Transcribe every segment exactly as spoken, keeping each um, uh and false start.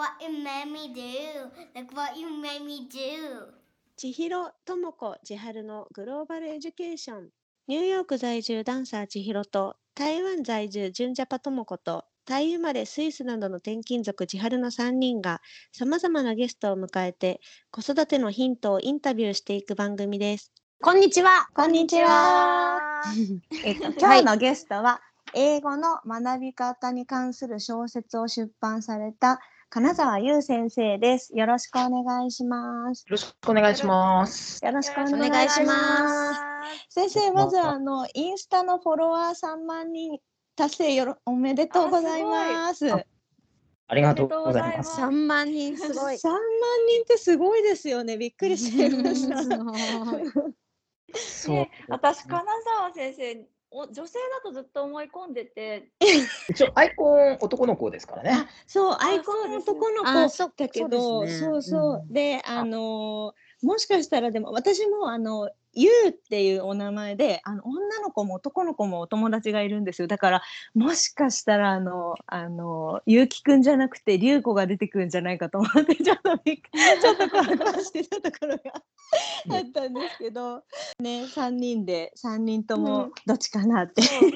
what you made me do. Look what you made me do. 千尋智子千春のグローバルエデュケーション。ニューヨーク在住ダンサー千尋と台湾在住純ジャパ智子とタイ生まれスイスなどの転勤族千春のさんにんがさまざまなゲストを迎えて子育てのヒントをインタビューしていく番組です。 こんにちは。 こんにちは。 えっと、今日のゲストは、英語の学び方に関する小説を出版された金沢優先生です。よろしくお願いします。 よろしくお願いします。 よろしくお願いします。先生、まずはあのインスタのフォロワーさんまんにん達成よろおめでとうございます。 あ、ありがとうございます。 さんまんにんすごい。 さんまんにんってすごいですよね。びっくりしちゃいました。 そう、 ね、私金沢先生お女性だとずっと思い込んでて一応アイコン男の子ですからね。 そう、アイコン男の子だけど、そうそう。で、あのもしかしたらでも私もあのゆうっていうお名前であの女の子も男の子もお友達がいるんですよ。だからもしかしたらあのあのゆうきくんじゃなくてりゅうこが出てくるんじゃないかと思ってちょっとちょっと怖くしてたところがあったんですけどね、さんにんでさんにんともどっちかなって、うん、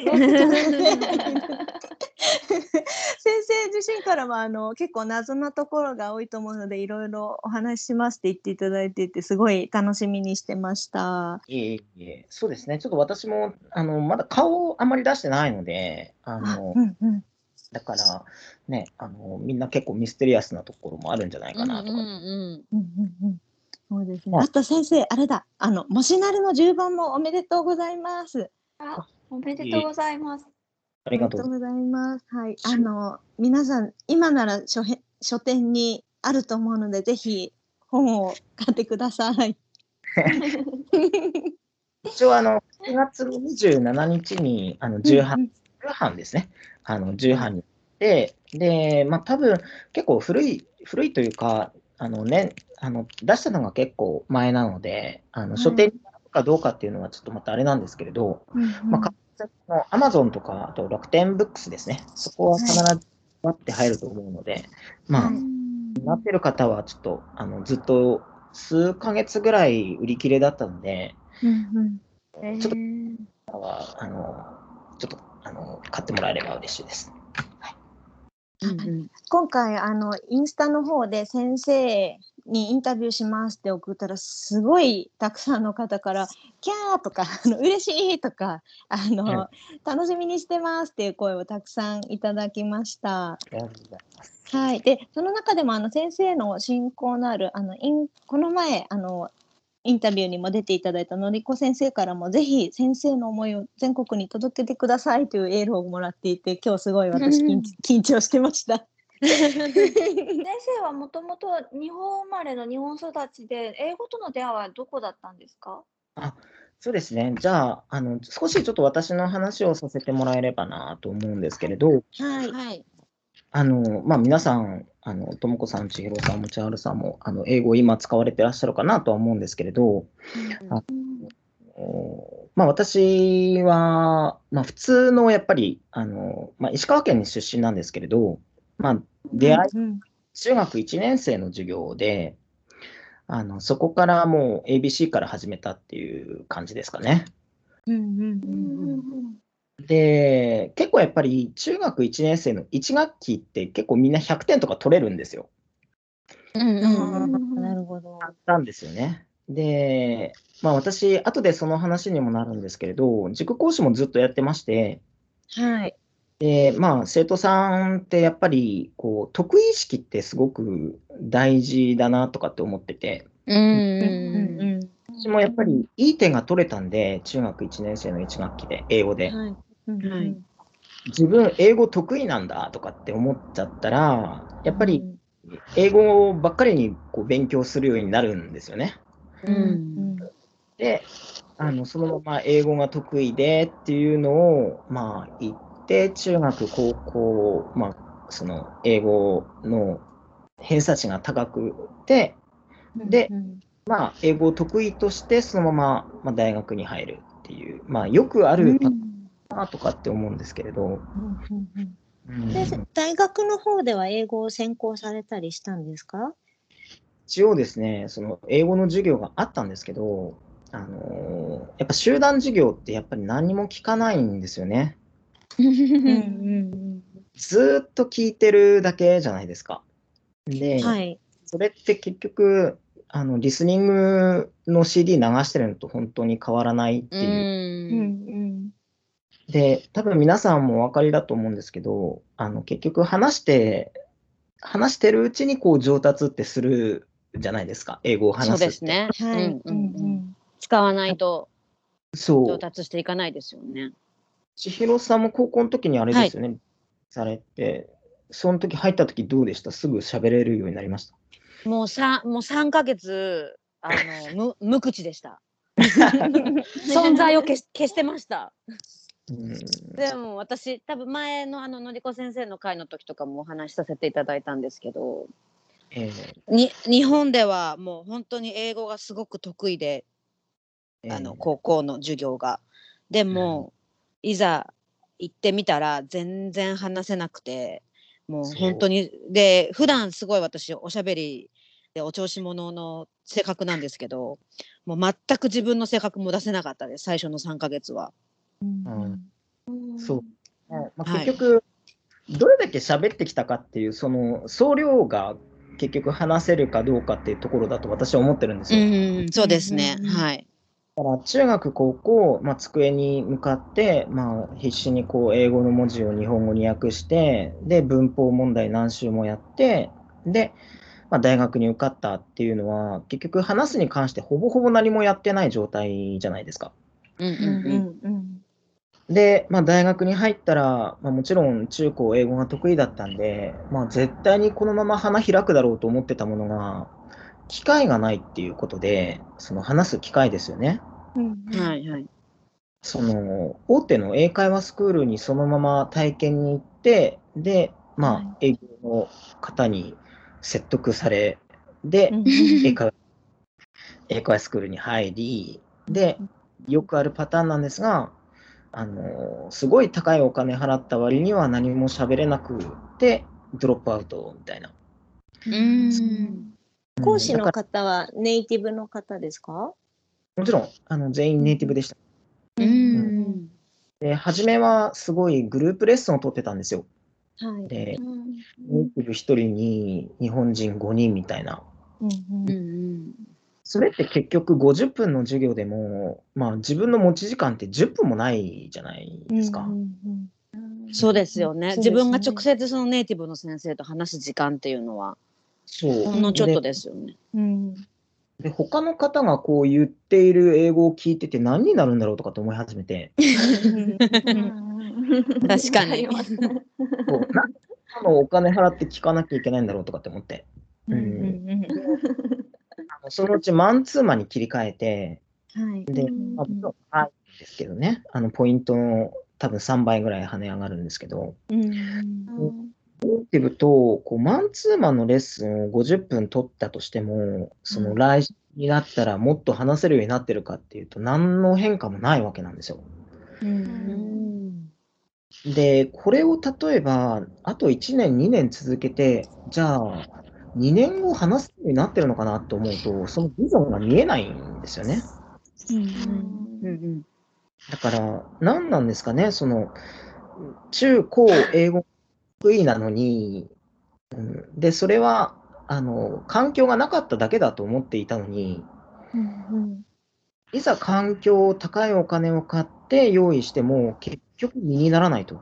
先生自身からもあの結構謎なところが多いと思うのでいろいろお話ししますって言っていただいていてすごい楽しみにしてました。 いえいえ、そうですね。ちょっと私もあのまだ顔をあまり出してないので、あの、うんうん、だからね、あのみんな結構ミステリアスなところもあるんじゃないかなとか。 そうですね。あと先生あれだ、あのもしなるのじゅうばんもおめでとうございます。 あ、おめでとうございます。 ありがとうございます。はい、あの皆さん今なら書へ書店にあると思うのでぜひ本を買ってください。 一応あのしちがつのにじゅうしちにちにあのじゅうはんですね。あのじゅうはんに行ってで、まあ多分結構古い古いというかあのねあの出したのが結構前なので、あの書店にあるかどうかっていうのはちょっとまたあれなんですけれど、うんうん、まあアマゾンとかあと楽天ブックスですね。そこは必ず待って入ると思うので、はい、まあ、なってる方はちょっとあのずっと数ヶ月ぐらい売り切れだったので、うんうん、ちょっとはあのちょっとあの買ってもらえれば嬉しいです。はいうんうん、今回あのインスタの方で先生にインタビューしますって送ったらすごいたくさんの方からキャーとかあの嬉しいとかあの、はい、楽しみにしてますっていう声をたくさんいただきました。 ありがとうございます。 はい、でその中でもあの先生の親交のあるあのインこの前あのインタビューにも出ていただいたのりこ先生からもぜひ先生の思いを全国に届けてくださいというエールをもらっていて今日すごい私緊張してました。 先生はもともと日本生まれの日本育ちで英語との出会いはどこだったんですか？ あ、そうですね。じゃあ、あの少しちょっと私の話をさせてもらえればなと思うんですけれど、 はいはい、 あのまあ、皆さん、あのともこさん、ちひろさんも千春さんもあの英語を今使われてらっしゃるかなとは思うんですけれど、うんあのまあ、私は、まあ、普通のやっぱりあの、まあ、石川県に出身なんですけれど、まあ、出会い、うんうん、中学いちねん生の授業で、あのそこからもう エービーシー から始めたっていう感じですかね。うんうんうんうん、で、結構やっぱり中学いちねん生のいち学期って結構みんなひゃくてんとか取れるんですよ。 うんうんうん、なるほど。 なんですよね。で、まあ私、後でその話にもなるんですけれど、塾講師もずっとやってまして、 はい。 で、まあ生徒さんってやっぱりこう得意意識ってすごく大事だなとかって思ってて、 うんうんうん、 私もやっぱりいい点が取れたんで、中学いちねん生のいち学期で英語で、 はいうんはい、 自分英語得意なんだとかって思っちゃったら、やっぱり英語ばっかりにこう勉強するようになるんですよね。うん、であのそのまま英語が得意でっていうのをまあ言って中学高校、まあ、その英語の偏差値が高くてで、うんうんまあ、英語を得意としてそのまま、まあ、大学に入るっていう、まあ、よくあるパターンとかって思うんですけれど、うんうんうん、 で、 うん大学の方では英語を専攻されたりしたんですか？ 一応ですね、その英語の授業があったんですけど、あのーやっぱ集団授業ってやっぱり何も聞かないんですよね。 うんうんずーっと聞いてるだけじゃないですか。で、 うん。はい。 それって結局、あのリスニングの シーディー 流してるのと本当に変わらないっていう。 うんうんで、多分皆さんもお分かりだと思うんですけど、あの結局話して、話してるうちにこう上達ってするじゃないですか、英語をそう話すって。 ですね。 はい。 うんうんうんうん使わないと上そう。 達していかないですよね。 千尋さんも高校の時にあれはい。 ですよね、されて、その時入った時どうでした？すぐ喋れるようになりました？ もうさもうさんかげつあの無無口でした。存在を消し消してました。 うんでも私多分前のあののりこ先生の会の時とかもお話しさせていただいたんですけど、 えに日本ではもう本当に英語がすごく得意で、 ーえーあの高校の授業が。でも、いざ行ってみたら全然話せなくて、もう本当にで普段すごい私おしゃべりでお調子者の性格なんですけど、もう全く自分の性格も出せなかったです最初のさんかげつは。 うんそう、まあ、 はい結局、どれだけ喋ってきたかっていう、その総量が結局話せるかどうかっていうところだと私は思ってるんですうよ。 んそうですね、 うんうんうんはい。 だから中学、高校、まあ、机に向かって、まあ、必死にこう英語の文字を日本語に訳して、で、文法問題何週もやって、で、まあ、大学に受かったっていうのは、結局話すに関してほぼほぼ何もやってない状態じゃないですか。 うんうんうんうんうんで、まあ、大学に入ったら、まあ、もちろん中高英語が得意だったんで、まあ、絶対にこのまま花開くだろうと思ってたものが、機会がないっていうことで、その話す機会ですよね。 うんうん。 はいはい。 その大手の英会話スクールにそのまま体験に行って、で、まあ、英語の方に説得され、で、 うん英会話英会話スクールに入り、で、よくあるパターンなんですが、あのすごい高いお金払った割には何も喋れなくて、ドロップアウトみたいな。 うーん講師のだか方はネイティブの方ですか？ らもちろんあの全員ネイティブでした。 うーんで、初めはすごいグループレッスンを取ってたんですよ。 はい。 で、ネイティブひとりに日本人ごにんみたいな。 うんうんうんそれって結局ごじゅっぷんの授業でも、まあ、自分の持ち時間ってじゅっぷんもないじゃないうんですか。 うんそうですよね。 そうですね自分が直接そのネイティブの先生と話す時間っていうのはそう。 ほんのちょっとですよね。 うんで、他の方がこう言っている英語を聞いてて何になるんだろうとかって思い始めて、 確かに。 そうなんでこのお金払って聞かなきゃいけないんだろうとかって思って。 うんうんうんあのそのうちマンツーマンに切り替えて、 はい。 で、まあ、もちろん高いんですけどね、あのポイントの多分さんばいぐらい跳ね上がるんですけど、 うんネイティブとこうマンツーマンのレッスンをごじゅっぷん取ったとしても、その来週になったらもっと話せるようになってるかっていうと、何の変化もないわけなんですよ。 うんで、これを例えば、あといちねん、にねん続けて、じゃあ、にねんご話すようになってるのかなと思うと、そのビジョンが見えないんですよね。 うんうんだから、何なんですかね、その、中高英語得意なのに、うんで、それは、あの、環境がなかっただけだと思っていたのに、いざ環境を高いお金を買って用意しても、結局身にならないと。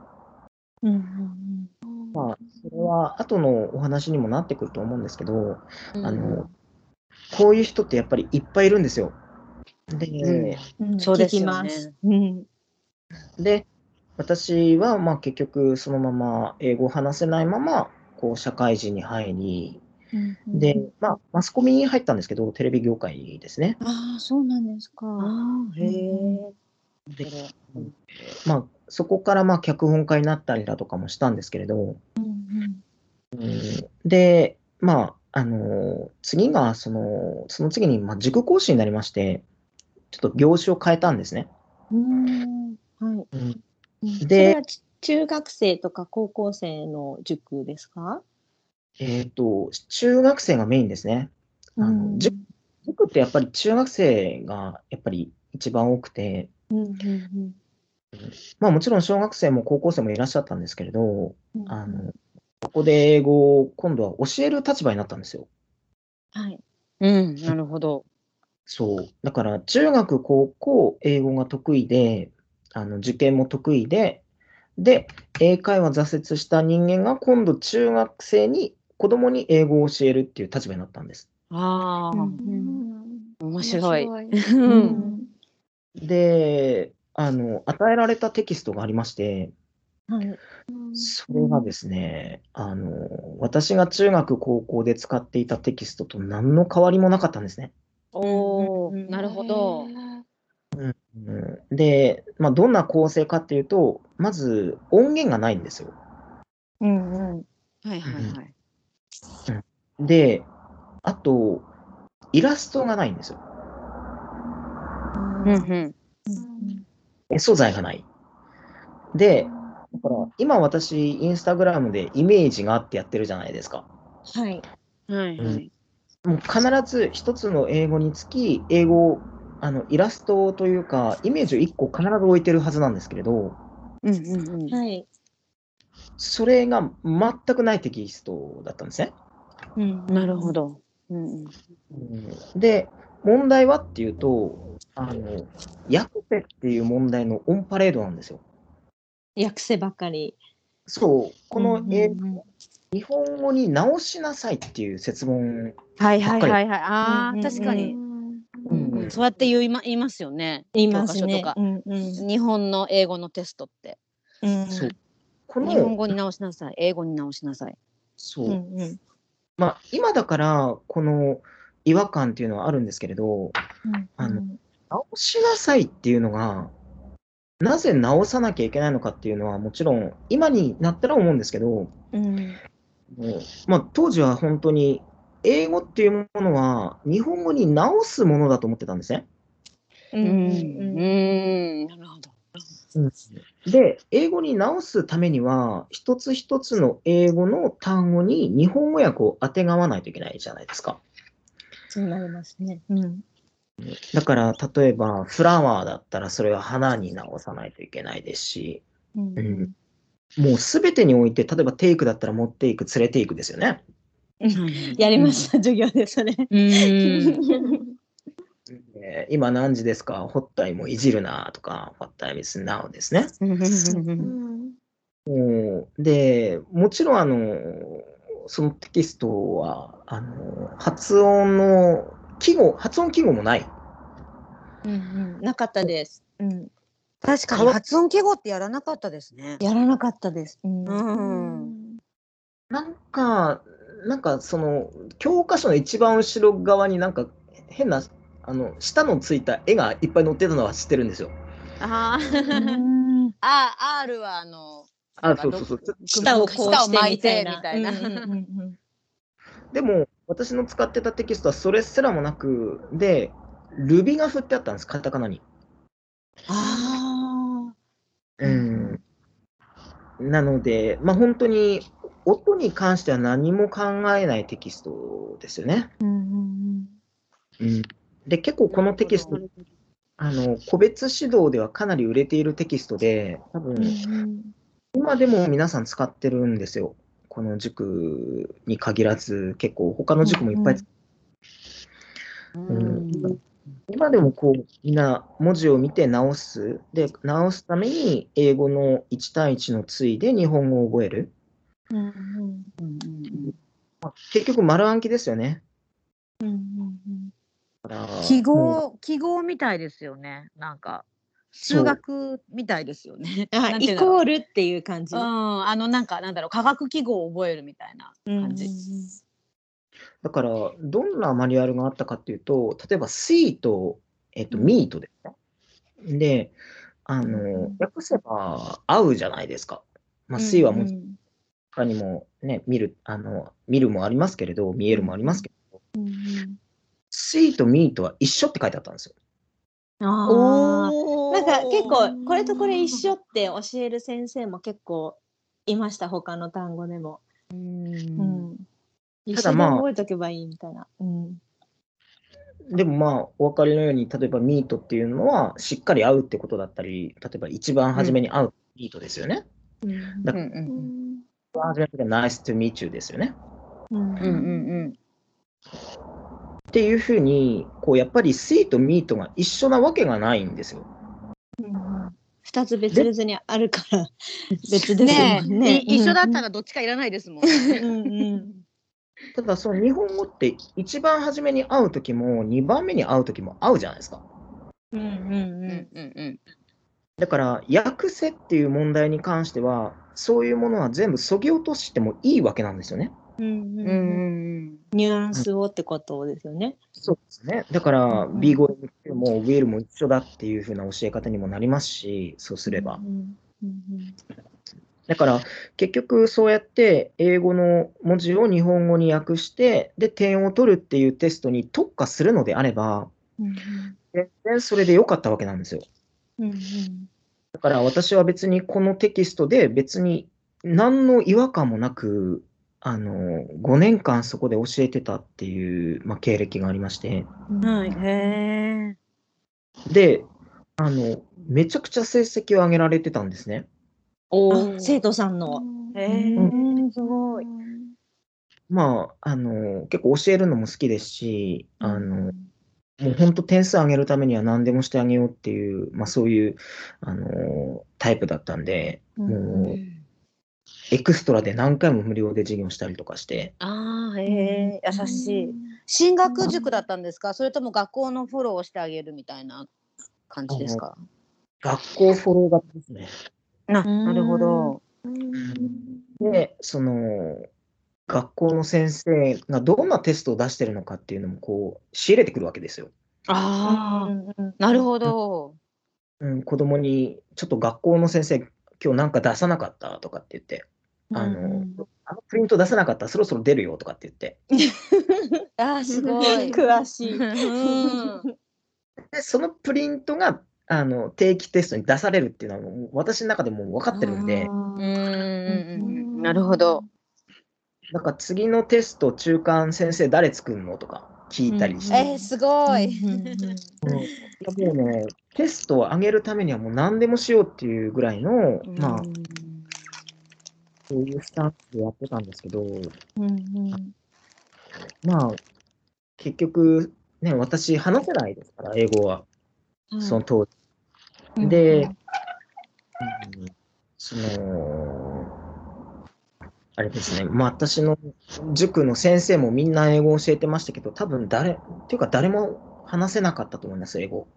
まあ、それは後のお話にもなってくると思うんですけど、 うんあの、こういう人ってやっぱりいっぱいいるんですよ。で、 うんそうですよね聞きます。うんで、私はまあ結局そのまま英語を話せないまま、こう社会人に入り、で、まあマスコミに入ったんですけど、テレビ業界ですね。 ああ、そうなんですか。 ああへえ。 でまあそこからまあ脚本家になったりだとかもしたんですけれど、うんで、まあ、あの、次が、その、その次に、まあ、塾講師になりまして、ちょっと業種を変えたんですね。 うんはい。 うんうんそれではち中学生とか高校生の塾ですか？ えっと、中学生がメインですね。あの、塾塾ってやっぱり中学生がやっぱり一番多くて、 うんうんうんまあもちろん小学生も高校生もいらっしゃったんですけれど、 うんあの、ここで英語を今度は教える立場になったんですよ。 はい。 うん、なるほど。 そう。だから中学、高校、英語が得意で、あの、受験も得意で、で、英会話挫折した人間が今度中学生に、子供に英語を教えるっていう立場になったんです。 ああ、 うん面白い。 面ううんんで、あの、与えられたテキストがありまして、 はい。 それがですね、あの、私が中学、高校で使っていたテキストと何の変わりもなかったんですね。 おお、 うんうんうんなるほど。 うんで、まあ、どんな構成かっていうと、まず音源がないんですよ。 うんうんはいはいはい。 で、あと、イラストがないんですよ。 うんうん。 絵素材がない。で、だから今私、インスタグラムでイメージがあってやってるじゃないですか。 はい。 はいはい。 もう必ず一つの英語につき、英語、あの、イラストというか、イメージをいっこ必ず置いてるはずなんですけれど、 うんうんうん。 はい。 それが全くないテキストだったんですね。 うんなるほ。ど。うんうん。 うんで、問題はっていうと、あの、訳せっていう問題のオンパレードなんですよ。 訳せばかり。 そう、この英うんうん日本語に直しなさいっていう説問はいばっかり。 はいはいはい。ああ、 うんうんうん確かに。 うんうん、そうやって言いま言いますよね。 言い教ますね。 科書とか。 うんうん日本の英語のテストって。 うんそう。こ日本の、 語に直しなさい。英語に直しなさい。 そうう。 んうんまあ、今だから、この違和感っていうのはあるんですけれど、 うんあの、直しなさいっていうのが、なぜ直さなきゃいけないのかっていうのは、もちろん、今になったら思うんですけど、 うんもうまあ、当時は本当に、英語っていうものは、日本語に直すものだと思ってたんですね。 うんん。 ううんうん。なるほど。 で、英語に直すためには、一つ一つの英語の単語に日本語訳をあてがわないといけないじゃないですか。 そうなりますね。うんだから、例えば、フラワーだったら、それは花に直さないといけないですし、 うんうんもうすべてにおいて、例えばテイクだったら持っていく、連れていくですよね。 やりました、授業でそれ。 うん。 えー今何時ですかホッタイもいじるなとか、What time is now ですね。もうで、もちろん、あの、そのテキストは、あの、発音の記号、発音記号もない。 うんうんなかったです。うん確かに発音記号ってやらなかったですね。 やらなかったです。うんうん。 なんか、なんかその、教科書の一番後ろ側になんか変な、あの、下のついた絵がいっぱい載ってたのは知ってるんですよ。 あうんあ。あ、R はあの。 あ、そうそうそう。 舌をこうしてみたいな。 舌を巻いてみたいなうんうんうんうんでも、私の使ってたテキストはそれすらもなく、で、ルビが振ってあったんです、カタカナに。 ああ。 うん。なので、まあ本当に、音に関しては何も考えないテキストですよね。 うんうんうん。で、結構このテキスト、あの、個別指導ではかなり売れているテキストで、多うん分、今でも皆さん使ってるんですよ。この塾に限らず、結構他の塾もいっぱい使ううんん。 今でもこう、みんな文字を見て直す。で、直すために英語のいち対いちの対で日本語を覚える。 うんうんうん結局丸暗記ですよね。 うんうんだから記もう号、記号みたいですよね。なんか。数学みたいですよね。 あなんていうんだろうイコールっていう感じ。 うん、あのなんかなんだろう化学記号を覚えるみたいな感じ。 だから、どんなマニュアルがあったかっていうと、例えば C と、えっと、 うん meet ですね。で、あうのん、 訳せば合うじゃないですか。まあ、 うん C はもううん他にもね、見る、あの、見るもありますけれど、見えるもありますけど、 うんうん C と meet は一緒って書いてあったんですよ。 ああ、 おなんか結構これとこれ一緒って教える先生も結構いました、他の単語でも。うん、一緒で覚えとけばいいみたいな。うん、 でもまあお分かりのように、例えばミートっていうのはしっかり会うってことだったり、例えば一番初めに会うミートですよね。 うん、 だから一番初めにナイストゥミーチューですよね。 うんうんうんっていうふうにこうやっぱりスイーとミートが一緒なわけがないんですよ。 二つ別々にあるから別ですもんね。 一緒だったらどっちかいらないですもんね。 ただその日本語って一番初めに会う時もにばんめに会う時も会うじゃないですか。 うんうんうんうん。 だから訳せっていう問題に関してはそういうものは全部削ぎ落としてもいいわけなんですよね。 うんうんうん、ニュアンスをってことですよね。 そうですね。だから、うん、ビーゴーエム もウェールも一緒だっていう風な教え方にもなりますし、そうすれば。うんうんうん、だから、結局そうやって英語の文字を日本語に訳して、で、点を取るっていうテストに特化するのであれば、うんうん、全然それで良かったわけなんですよ。うんうん、だから私は別にこのテキストで別に何の違和感もなく、あのごねんかんそこで教えてたっていう、まあ、経歴がありまして、 はい、へであのめちゃくちゃ成績を上げられてたんですね。 お生徒さんの。へー、すごい。 まああの結構教えるのも好きですし、あのもう本当点数上げるためには何でもしてあげようっていう、まあ、そういうあのタイプだったんで、もうエクストラで何回も無料で授業したりとかして。 ああ、へえ、優しい。進学塾だったんですか？それとも学校のフォローをしてあげるみたいな感じですか？ 学校フォロー型ですね。 な、なるほど。 で、その学校の先生がどんなテストを出してるのかっていうのもこう仕入れてくるわけですよ。 ああ、なるほど。 うん、子供にちょっと学校の先生今日なんか出さなかったとかって言って、あの、うん、あのプリント出さなかったらそろそろ出るよとかって言って。 あー、すごい詳しい。 でそのプリントがあの定期テストに出されるっていうのはもう私の中でも分かってるんで。 うん、なるほど。 なんか次のテスト中間先生誰作るのとか聞いたりして。 えー、すごい。 もうね、テストを上げるためにはもう何でもしようっていうぐらいの、まあ、そういうスタンスでやってたんですけど、うんうん、まあ、結局、ね、私話せないですから、英語は。うん、その当時。で、うん、その、あれですね、まあ、私の塾の先生もみんな英語を教えてましたけど、多分誰、っていうか誰も話せなかったと思います、英語。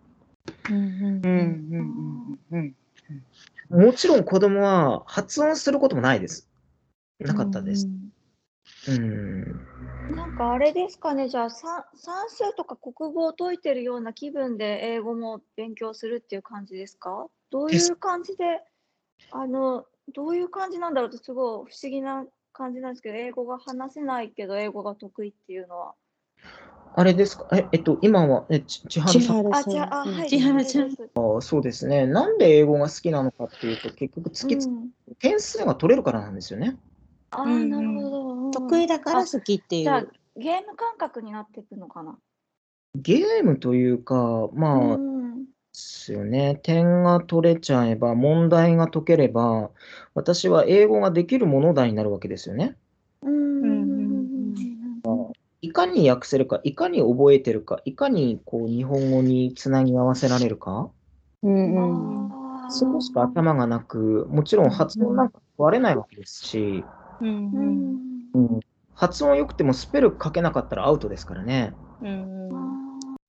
もちろん子供は発音することもないです。なかったです。 うん、うんなんかあれですかね、じゃあ算数とか国語を解いてるような気分で英語も勉強するっていう感じですか？どういう感じで、あの、どういう感じなんだろうとすごい不思議な感じなんですけど、英語が話せないけど英語が得意っていうのは。 あれですか、え、えっと、今は、え、ち、千春さん。 あ、じゃあ、はい、 千春ちゃん。 あ、そうですね。なんで英語が好きなのかっていうと、結局突きつ、うん、点数が取れるからなんですよね。 ああ、なるほど。 得意だから好きっていう。 じゃあ、ゲーム感覚になっていくのかな。 ゲームというか、まあ、うんですよね。点が取れちゃえば、問題が解ければ、私は英語ができるものだになるわけですよね。いかに訳せるか、いかに覚えてるか、いかにこう日本語につなぎ合わせられるか。うんうん、そこしか頭がなく、もちろん発音なんか割れないわけですし、うんうんうん、発音良くてもスペル書けなかったらアウトですからね。うんうん、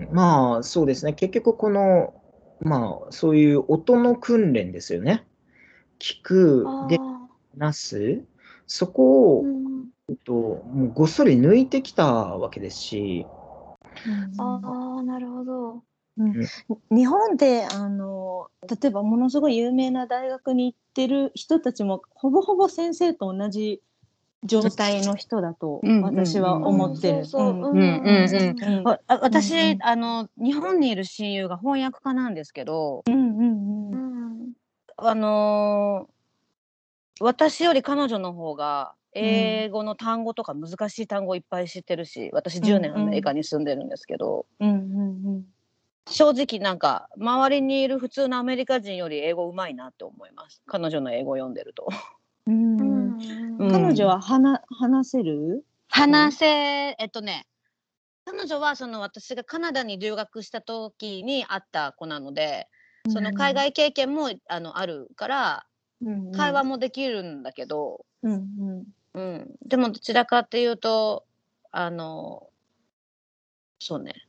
まあそうですね、結局この、まあそういう音の訓練ですよね。聞く、で、話す、そこを、うんえっと、もうごっそり抜いてきたわけですし。 ああ、なるほど。 うん、日本であの例えばものすごい有名な大学に行ってる人たちもほぼほぼ先生と同じ状態の人だとうん私は思ってる。 そうそう。 うんうんうんうん。わあ私、 うんうんあの日本にいる親友が翻訳家なんですけど、 うんうんううんんあのー私より彼女の方が英語の単語とか難しい単語いっぱい知ってるし、私じゅうねんアメリカに住んでるんですけど、 うんうん正直なんか周りにいる普通のアメリカ人より英語うまいなって思います。彼女の英語を読んでると。 うんううんんうん彼女は話話せる？ 話せ、えっとね、彼女はその私がカナダに留学した時に会った子なので、その海外経験もあのあるから会話もできるんだけど、 うんうんうん、でもどちらかっていうとあのそうね、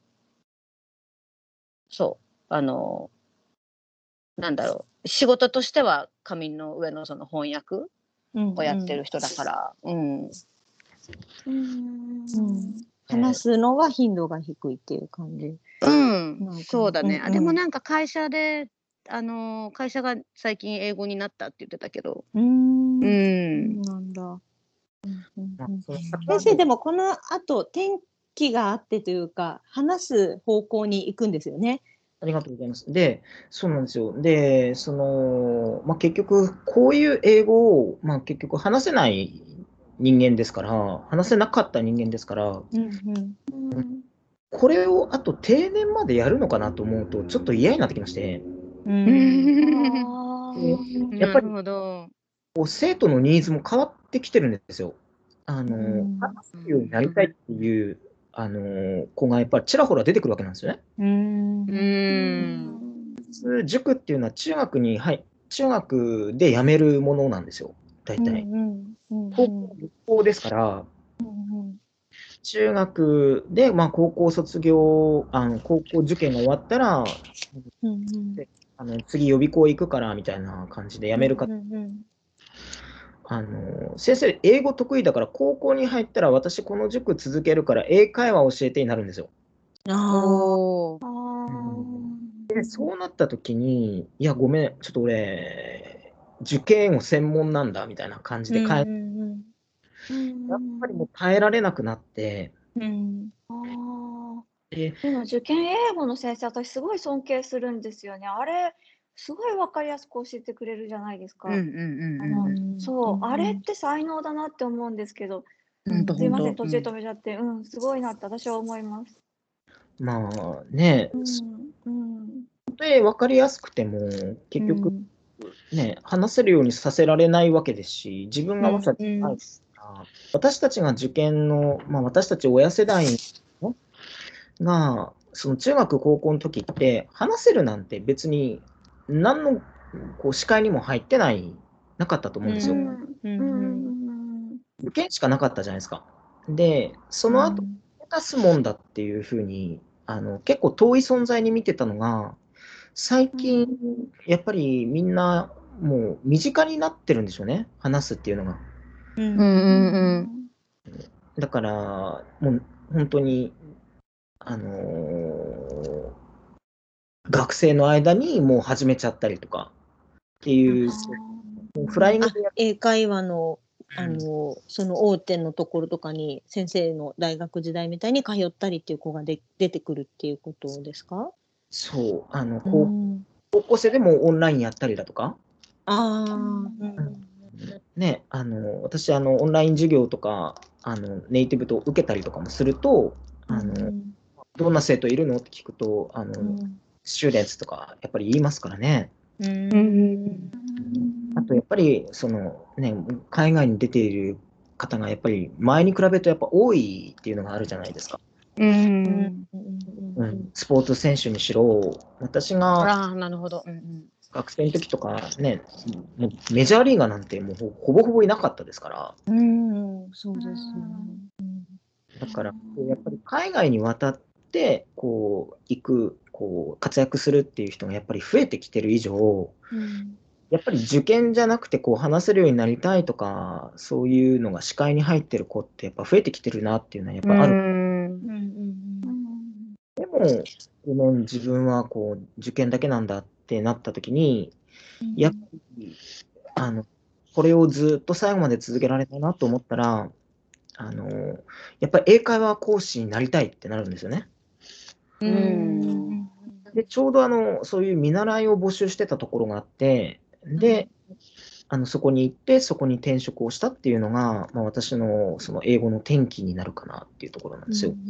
そうあのなんだろう、仕事としては紙の上のその翻訳うんをやってる人だから、うんうんうん話すのは頻度が低いっていう感じ。 うんなんかそうだね、 うんうんあでもなんか会社であの会社が最近英語になったって言ってたけど、 うーんうそうんなんだ。うんうんまあうんその先先生でもこの後転機があってというか話す方向に行くんですよね。 ありがとうございます。で、そうなんですよ。で、その、まあ、結局、こういう英語を、まあ、結局話せない人間ですから、話せなかった人間ですから、 うんうんうんこれをあと定年までやるのかなと思うと、ちょっと嫌になってきまして、 うんあでーやっぱりなるほど。 こう生徒のニーズも変わってきてるんですよ。あの、 うん話せるようになりたいっていう、あの、子がやっぱりちらほら出てくるわけなんですよね。 うんううんん普通塾っていうのは中学に、はい、中学で辞めるものなんですよ、大うん体。 うんうん高校、学校ですから、 うん中学で、まあ、高校卒業、あの高校受験が終わったら、 うんうんであの次予備校行くからみたいな感じで辞めるか、 うんうんあの先生、英語得意だから高校に入ったら私この塾続けるから英会話教えてになるんですよ。 あおーあーで、そうなった時に、いや、ごめん、ちょっと俺、受験を専門なんだみたいな感じで変え、 うんうんやっぱりもう耐えられなくなって、 うんあーで、 でも受験英語の先生、私すごい尊敬するんですよね。あれ、すごいわかりやすく教えてくれるじゃないですか。 うんうんうんあの、 うんそう、 うんあれって才能だなって思うんですけど、 ほんとほんすいません、 と。 途中で止めちゃって、うん、すごいなって私は思います。 まあね、 うん、 そうん、 れ分かりやすくても、結局ね、話せるようにさせられないわけですし、自分がわざとないから、私たちが受験の、まあ私たち親世代のが、その中学、高校の時って、話せるなんて別に何のこう視界にも入ってない、なかったと思うんですよ。 うん、うん、うん、 受験しかなかったじゃないですか。で、その後、出すもんだっていうふうに、あの結構遠い存在に見てたのが、最近、やっぱりみんな、もう身近になってるんでしょうね、話すっていうのが。 うんうんうんだから、もう本当に、あのー学生の間にもう始めちゃったりとかっていう、もうフライングでやっ英会話のあのその大手のところとかに先生の大学時代みたいに通ったりっていう子がで出てくるっていうことですか？ そう、あのう高ん高校生でもオンラインやったりだとか、 ああ、うんね、あの私あの、オンライン授業とかあのネイティブと受けたりとかもすると、あのどんな生徒いるのって聞くと、あのスチューデンツとかやっぱり言いますからね。 うんあとやっぱりその、ね、海外に出ている方がやっぱり前に比べるとやっぱ多いっていうのがあるじゃないですか。 うんうん、スポーツ選手にしろ、私がああなるほど。うんうん学生の時とかね、もうメジャーリーガーなんてもうほほぼほぼいなかったですから、 うんそうですよね。 だからこうやっぱり海外に渡ってこう行く、こう活躍するっていう人がやっぱり増えてきてる以上、 うんやっぱり受験じゃなくてこう話せるようになりたいとか、そういうのが視界に入ってる子ってやっぱ増えてきてるなっていうのはやっぱある。 うんうんでも、ごめん自分はこう受験だけなんだってなった時に、やっぱりあのこれをずっと最後まで続けられたなと思ったら、あのやっぱり英会話講師になりたいってなるんですよね。 うん。 で、ちょうどあのそういう見習いを募集してたところがあって、で、あのそこに行って、そこに転職をしたっていうのが、まあ、私のその英語の転機になるかなっていうところなんですよ。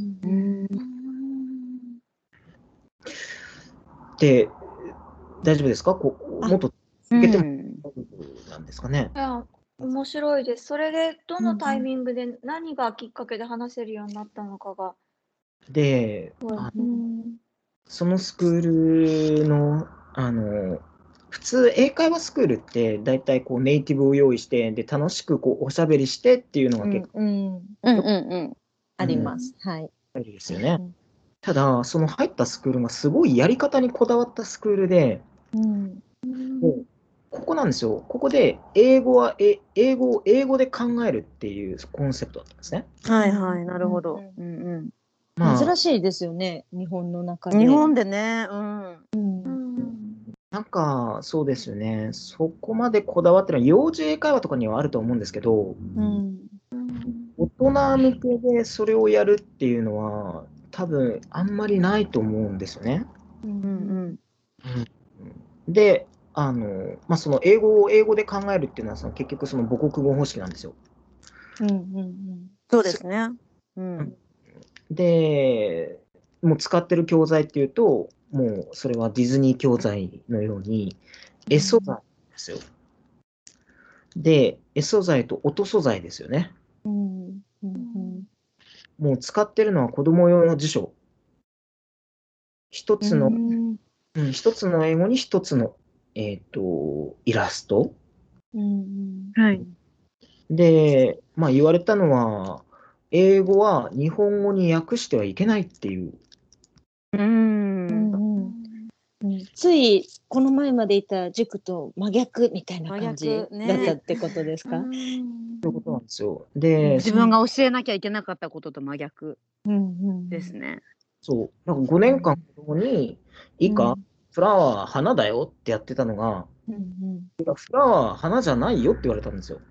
で、大丈夫ですか？こうもっと続けてもなんですかね。 いや、面白いです。それでどのタイミングで何がきっかけで話せるようになったのかが。 で、あのそのスクールの、あの、普通英会話スクールって大体こうネイティブを用意して、で、楽しくこうおしゃべりしてっていうのが結構、 うんうんうんあります。はい。 あるですよね。ただ、その入ったスクールがすごいやり方にこだわったスクールで、 うんでここなんですよ。ここで英語はえ英語を英語で考えるっていうコンセプトだったんですね。 はいはい、なるほど。うんうん。 まあ、 珍しいですよね、日本の中で。 日本でね、うん。 なんかそうですよね。そこまでこだわってるのは幼児英会話とかにはあると思うんですけど、 うん大人向けでそれをやるっていうのは多分あんまりないと思うんですよね。 うんうんで、あのまあ、その英語を英語で考えるっていうのはその結局その母国語方式なんですよ。 うんうんうんそうですね。うん。 で、もう使ってる教材っていうと、もうそれはディズニー教材のように、絵素材ですよ。で、絵素材と音素材ですよね。 うんうんうんもう使ってるのは子供用の辞書。一つの、 うんうん、一つの英語に一つの、えっと、イラスト。 うんはい。 で、まあ言われたのは、英語は日本語に訳してはいけないっていう。 うん。 うんうんついこの前までいた塾と真逆みたいな感じだったってことですか？ そういうことなんですよ。で、 自分が教えなきゃいけなかったことと真逆ですね。 そう。なんかごねんかん子供に、いいか、フラワー花だよってやってたのが、フラワー花じゃないよって言われたんですよ。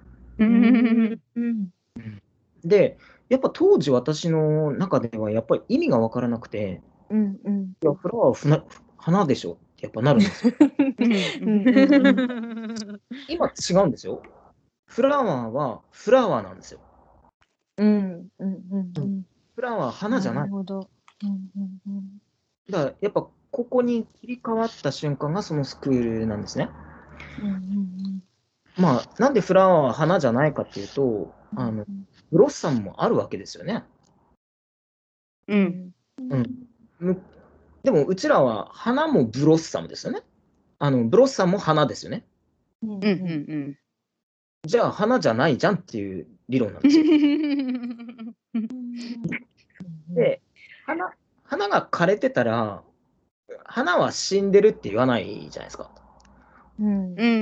で、やっぱ当時私の中ではやっぱり意味が分からなくて、 うんうん、 いや、フラワーふな花でしょってやっぱなるんですよ。今違うんですよ。フラワーはフラワーなんですよ。 うんうんうんうん、 フラワー花じゃない。 なるほど。うんうんうん、 だからやっぱここに切り替わった瞬間がそのスクールなんですね。 うんうんうんまあ、なんでフラワーは花じゃないかっていうと、あのブロッサムもあるわけですよね。 うん。 うん。でもうちらは花もブロッサムですよね。あのブロッサムも花ですよね。 うんうんうん。 じゃあ花じゃないじゃんっていう理論なんですよ。で、花花が枯れてたら、花は死んでるって言わないじゃないですか。 うんうんうんうん。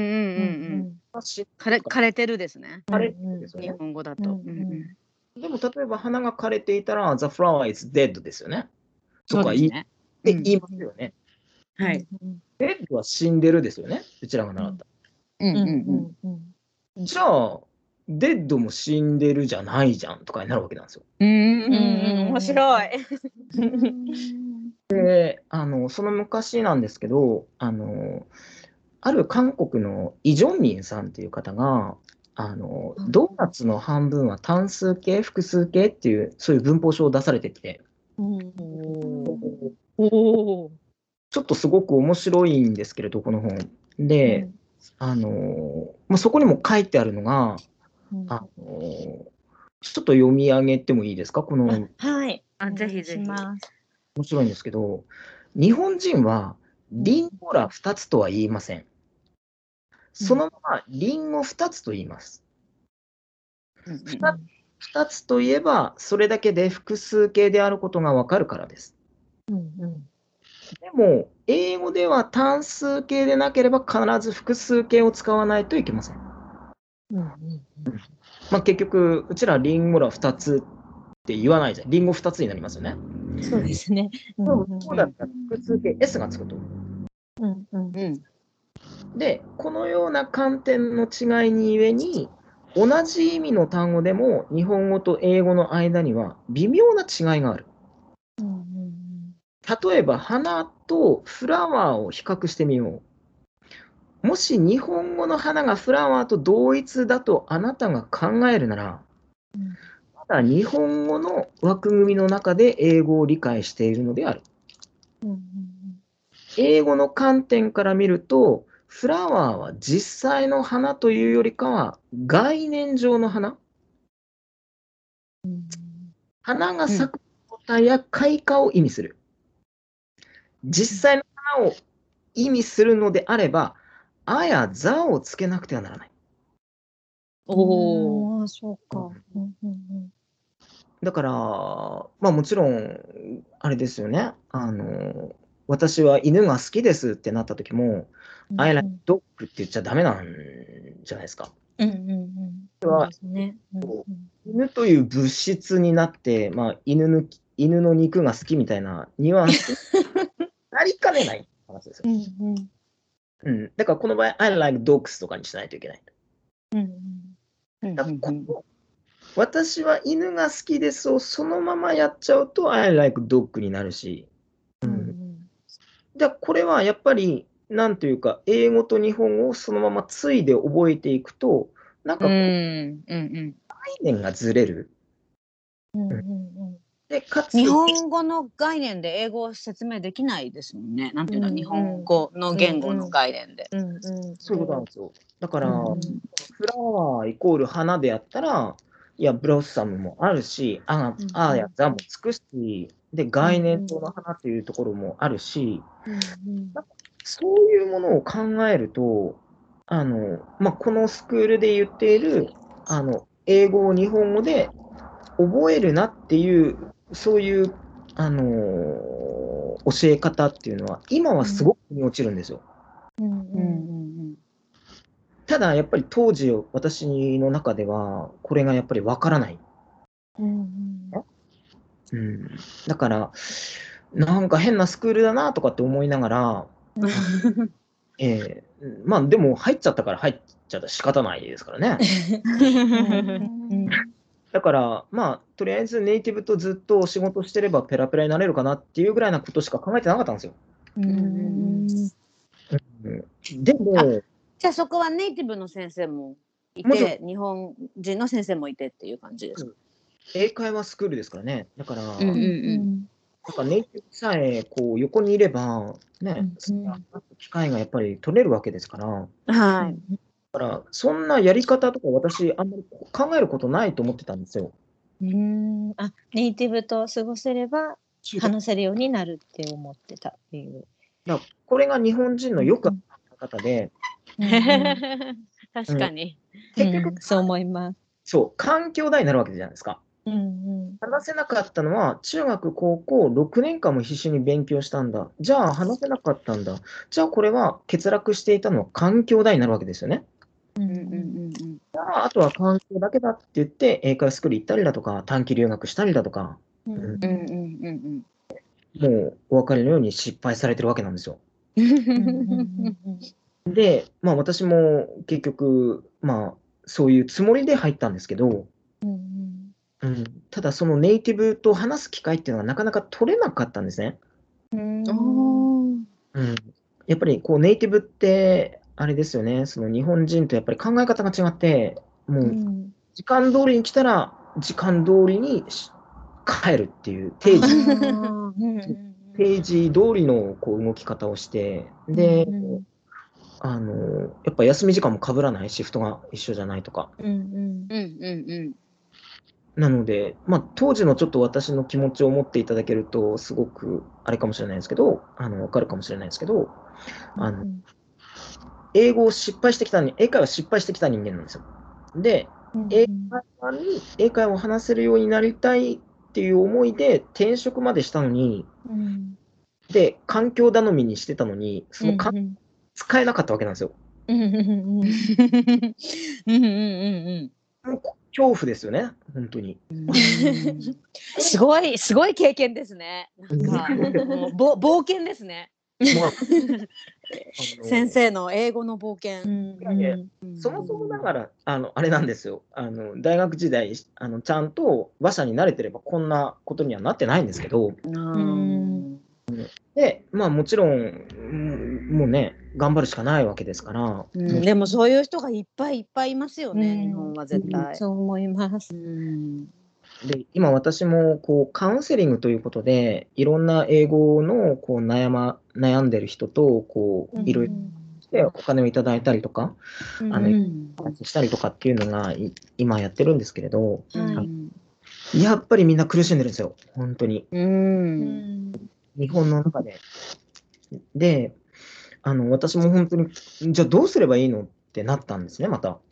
枯れ枯れてるですね。 枯れてるですよね。 日本語だと。 でも例えば花が枯れていたら The flower is dead ですよね。 とか言い言いますよね。 はい。 dead は死んでるですよね。うちらが習った。 うんうんうん。 じゃあデッドも死んでるじゃないじゃんとかになるわけなんですよ。 うんうんうん、面白い。 で、あのその昔なんですけど、あのある韓国のイ・ジョンミンさんっていう方が、あのドーナツの半分は単数形、複数形っていうそういう文法書を出されてて、 おちょっとすごく面白いんですけれど、この本。で、あのまあ、そこにも書いてあるのが、あのちょっと読み上げてもいいですか、この。 はい、 あ、ぜひぜひ。 面白いんですけど、日本人はリンゴらふたつとは言いません。そのままリンゴふたつと言います。ふたつといえば、それだけで複数形であることがわかるからです。 うんうんでも、英語では単数形でなければ必ず複数形を使わないといけません。 うんうんまあ、結局、うちらリンゴらふたつって言わないじゃん。リンゴふたつになりますよね。 そうですね。 そうだったら複数形 S がつくと。 うんうんで、このような観点の違いにゆえに、同じ意味の単語でも日本語と英語の間には微妙な違いがある。 うんうん例えば、花とフラワーを比較してみよう。もし日本語の花がフラワーと同一だとあなたが考えるなら、 うんまだ日本語の枠組みの中で英語を理解しているのである。 うんうん英語の観点から見ると、フラワーは実際の花というよりかは概念上の花。 うん花が咲く状態や開花を意味する。実際の花を意味するのであれば、あやざをつけなくてはならない。 おお、そうか。うんうんだから、まあもちろん、あれですよね。あの、私は犬が好きですってなった時も、 うん。 I like dog って言っちゃダメなんじゃないですか。 うんうんうん。 それはそうですね。うんうん犬という物質になって、まあ、犬の犬の肉が好きみたいなニュアンスになりかねない話ですよ。 うんうんうん、だからこの場合、I like dogs とかにしないといけない。 うんうんだからこの私は犬が好きですをそのままやっちゃうと I like dog になるし、 うんうんじゃあこれはやっぱりなんというか英語と日本語をそのままついで覚えていくとなんかうんこううんうん概念がずれる。 うんうんでかつ日本語の概念で英語を説明できないですもんね。なんていうの、 うん日本語の言語の概念で。 うんうんそういうことなんですよ。だから、 うんうんフラワーイコール花であったら、いや、ブロッサムもあるし、あうんあやザもつくし、で、概念上の花というところもあるし、 うんそういうものを考えると、あの、まあ、このスクールで言っている、あの、英語を日本語で覚えるなっていう、そういう、あの教え方っていうのは、今はすごく腑に落ちるんですよ。 うんうんうんただ、やっぱり当時、私の中では、これがやっぱりわからない。 うんうん、だから、なんか変なスクールだなとかって思いながら、えーまあでも入っちゃったから入っちゃったら仕方ないですからね。だから、まあ、とりあえずネイティブとずっと仕事してればペラペラになれるかなっていうぐらいなことしか考えてなかったんですよ。 うんうん、でも、 じゃあそこはネイティブの先生もいもちろて、日本人の先生もいてっていう感じですか？ 英会話スクールですからね。だから、 うんうんうんなんかネイティブさえこう横にいれば、ね、 うん機会がやっぱり取れるわけですから、 はい。 だからそんなやり方とか私、あんまり考えることないと思ってたんですよ。 うんあ、ネイティブと過ごせれば話せるようになるって思ってたっていう。 だからこれが日本人のよくある方で、 確かに。 結局、 うんそう思います。 そう、環境大になるわけじゃないですか。 うんうん話せなかったのは、中学、高校、ろくねんかんも必死に勉強したんだ。じゃあ話せなかったんだ。じゃあこれは欠落していたのは環境大になるわけですよね。 うんうんうんうんじゃああとは環境だけだって言って、英会話スクール行ったりだとか、短期留学したりだとか、 うんうんうんうんもうお分かりのように失敗されてるわけなんですよ。 うんで、まあ私も結局、まあそういうつもりで入ったんですけど、うん、ただそのネイティブと話す機会っていうのはなかなか取れなかったんですね。 うんうん、やっぱりこうネイティブってあれですよね、その日本人とやっぱり考え方が違って、もう時間通りに来たら時間通りにし帰るっていう定時定時通りのこう動き方をして、で、あのやっぱ休み時間も被らない、シフトが一緒じゃないとか。 うんうんうんうんうんなので、まあ、当時のちょっと私の気持ちを持っていただけると、すごくあれかもしれないですけど、あの、わかるかもしれないですけど、あの、英語を失敗してきたに、英会話失敗してきた人間なんですよ。で、英会話に、英会話を話せるようになりたいっていう思いで転職までしたのに、 うんで、環境頼みにしてたのに、その環境使えなかったわけなんですよ。 うんうんうんうんうんうんもう恐怖ですよね、本当に。 すごいすごい経験ですね。なんかもうぼ冒険ですね。 もうあの先生の英語の冒険。 うんいやいやうんそもそもだからあのあれなんですよ。あの大学時代あのちゃんと話者に慣れてればこんなことにはなってないんですけど、 んでまあもちろんうんもうね頑張るしかないわけですから、 うん、でもそういう人がいっぱいいっぱいいますよね、 うん日本は絶対。 そう思います。 うんで今私もこうカウンセリングということでいろんな英語のこう悩ま悩んでる人とこういろいろしてお金をいただいたりとか、 うんあのうんしたりとかっていうのがい今やってるんですけれど、 はいやっぱりみんな苦しんでるんですよ本当にうん日本の中で。であの私も本当にじゃあどうすればいいのってなったんですねまた。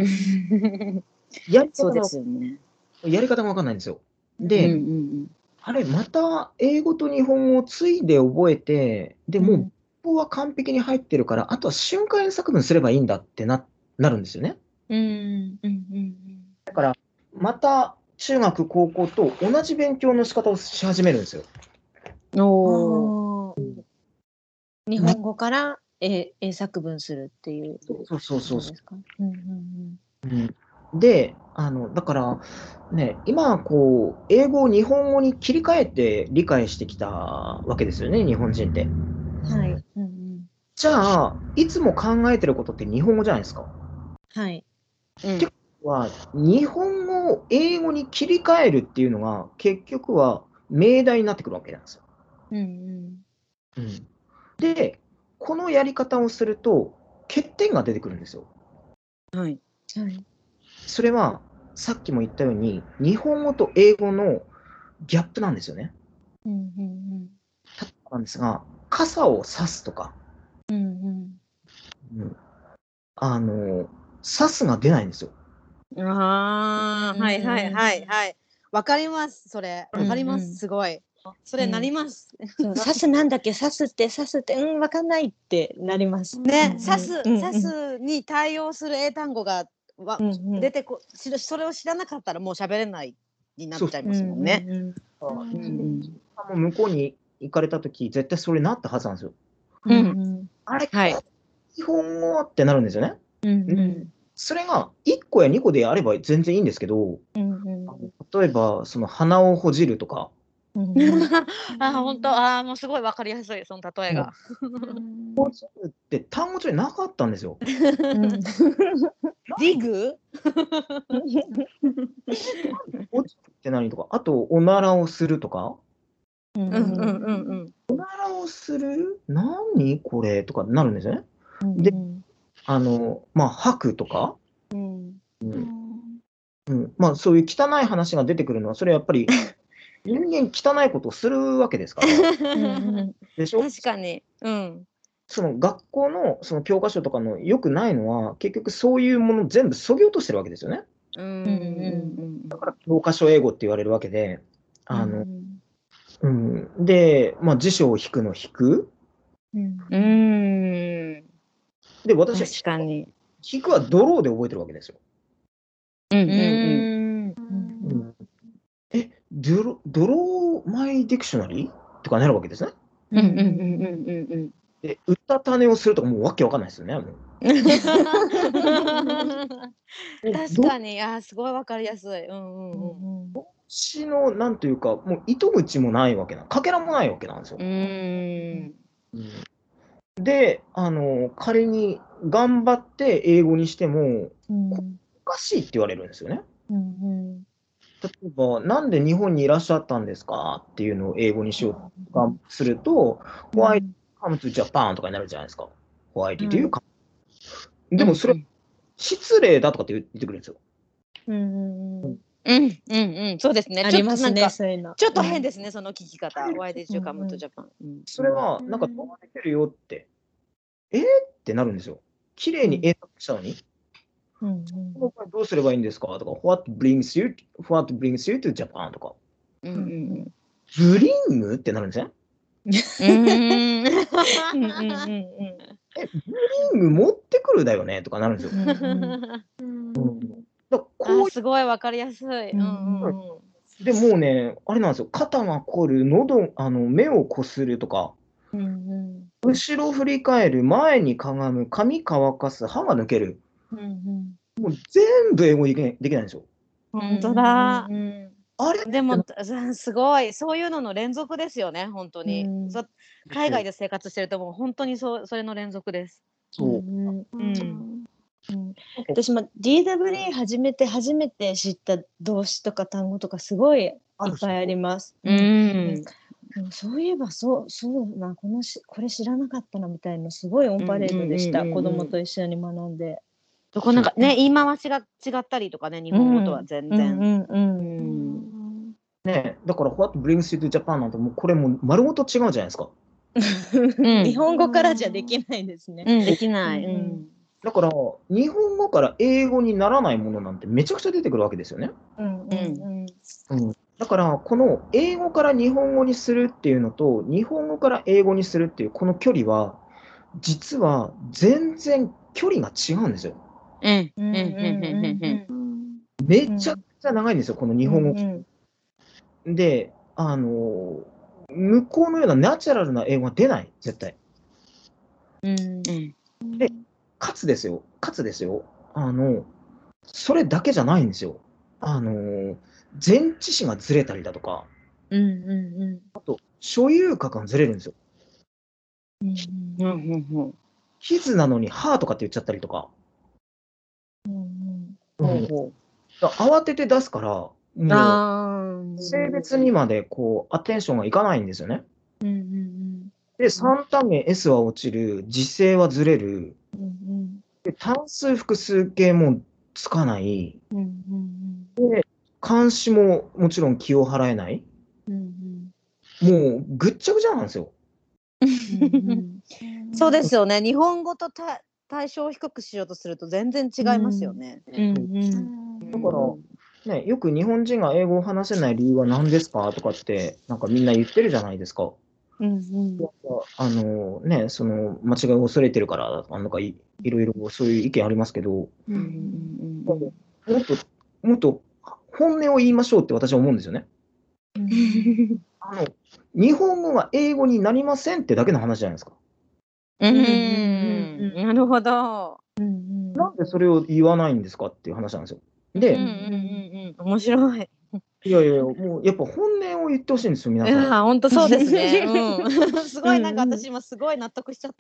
やりそうで方がすよね。 やり方が分かんないんですよ。 うんで、 うんあれまた英語と日本語をついで覚えてでもう文法は完璧に入ってるからあとは瞬間演作文すればいいんだってななるんですよね。 うんうんうんだからまた中学高校と同じ勉強の仕方をし始めるんですよ。 うん。おー日本語から英英作文するっていうそうそうそうそうことですか。うんうんうんで、あの、だから、ね、今、こう、英語を日本語に切り替えて理解してきたわけですよね、日本人って。 うんはいうんうんじゃあ、いつも考えてることって日本語じゃないですか。 はいうんは、日本語を英語に切り替えるっていうのが、結局は命題になってくるわけなんですよ。 うんうんうん、で、このやり方をすると、欠点が出てくるんですよ。 はい。 はいそれは、さっきも言ったように、日本語と英語のギャップなんですよね。 うんうんなんですが、傘を差すとか、 うんうんうん、あの、差すが出ないんですよ。 ああ、 うんはいはいはいはい。わかります、それ。わかります、 うんうんすごい。それなります。 そう刺すなんだっけ刺すって刺すってうんわかんないってなります。 ね、 うん刺す、 うん刺すに対応する英単語がわうんうん出てこ、しろそれを知らなかったらもう喋れないになっちゃいうんますもんね。 うんうんうんもう向こうに行かれたとき、絶対それなったはずなんですよ。 うんうんあれ、 はいこ日本語ってなるんですよね。 うんうんそれがいっこやにこであれば全然いいんですけど、 うん例えば、その鼻をほじるとか、 うんあ、本当、ああ、もうすごいわかりやすい、その例えが。 ほじるって単語帳になかったんですよ。 うんディグ？ ほじるって何とか、あと、おならをするとか、 うんうんうんうんうん。 おならをする何これとかなるんですよね。 うんであの、まあ、吐くとか、 うんうん、まあ、そういう汚い話が出てくるのは、それはやっぱり、人間汚いことをするわけですから。 うんでしょ？ 確かに。うん。 その学校のその教科書とかの良くないのは、結局そういうものを全部削ぎ落としてるわけですよね。 うんうんうんだから教科書英語って言われるわけで、あの、 うんうん、で、まあ、辞書を引くの引く。 うんうん。うん。 で、私は確かに。 引くはドローで覚えてるわけですよ。 うんうんうん。 うん、え、ドロドローマイディクショナリーとかなるわけですね。 うんうんうんうんうんうん。 で、売った種をするとかもうわけわかんないですよね。もう確かに、あー、すごいわかりやすい。うんうんうん。 詩のなんというか、もう糸口もないわけな、かけらもないわけなんですよ。 うーん。 うんで、あの、仮に頑張って英語にしても、 うんおかしいって言われるんですよね。 うん例えば、なんで日本にいらっしゃったんですかっていうのを英語にしようとすると、Why come to Japan とかになるじゃないですか。Why did you come? でもそれ、失礼だとかって言ってくるんですよ。 うんうんうんうんうん。そうですね。 ありますねちょっとなんかそういうの。 ちょっと変ですね、その聞き方。Why did you come to Japan? うんそれは、なんか、飛ばれてるよって、えーってなるんですよ。綺麗に英作したのに、 うんうんこの場合どうすればいいんですかとか、What brings you, what brings you to Japan とか、 うんうんブリングってなるんですね。 うん。うんうんうんうんえ、ブリング持ってくるだよねとかなるんですよ。 うんだからこうあ、すごいわかりやすい。うんうんうん。 でもうね、あれなんですよ、肩が凝る、喉、あの目をこするとか、 うんうん後ろ振り返る、前にかがむ、髪乾かす、歯が抜ける。 うんうんもう全部英語できないできないんですよ。 本当だ。 うんうんあれでもすごいそういうのの連続ですよね本当に、 うんそ海外で生活してるともう本当にそうそれの連続です。 そう。 うんうんうん私も ディーダブリュー 始めて初めて知った動詞とか単語とかすごいいっぱいあります。 うんうんそういえばそうそうなこのしこれ知らなかったなみたいなすごいオンパレードでした、 うんうんうんうん子供と一緒に学んで。 そこなんかね言い回しが違ったりとかね日本語とは全然。 うんうんうんうんね、だから What brings you to Japan なんてもうこれもう丸ごと違うじゃないですか。 うん日本語からじゃできないですね。 うんできない。 うんうんだから日本語から英語にならないものなんてめちゃくちゃ出てくるわけですよね。 うんうんうん、だからこの英語から日本語にするっていうのと日本語から英語にするっていうこの距離は実は全然距離が違うんですよ。 うんうんうんうんめちゃくちゃ長いんですよこの日本語。 うんで、あの向こうのようなナチュラルな英語は出ない絶対。 うんでかつですよかつですよあのそれだけじゃないんですよ。あの前置詞がずれたりだとか、 うんうんうんあと所有格がずれるんですよ。 うんうんうんヒズなのにハーとかって言っちゃったりとか。 うんうんだから慌てて出すから、もうあ性別にまでこうアテンションがいかないんですよね。 うんうんで、三単元 S は落ちる、時制はずれる、 うんで単数複数形もつかない、 うんうん漢詞ももちろん気を払えない、 うんもうぐっちゃぐちゃなんですよ。 そうですよね日本語とた対象を低くしようとすると全然違いますよね。 だから、ね、よく日本人が英語を話せない理由は何ですかとかってなんかみんな言ってるじゃないですか。あのね、その間違いを恐れてるからなんか い, いろいろそういう意見ありますけど、もっともっと本音を言いましょうって私は思うんですよね。あの日本語が英語になりませんってだけの話じゃないですか。 うんなるほど。 なんでそれを言わないんですかっていう話なんですよ。で、 うんうんうんうん面白い。 いやいやもうやっぱ本音を言ってほしいんですよ皆いさん。 や本当そうですね。うん、すごいなんか私今すごい納得しちゃった。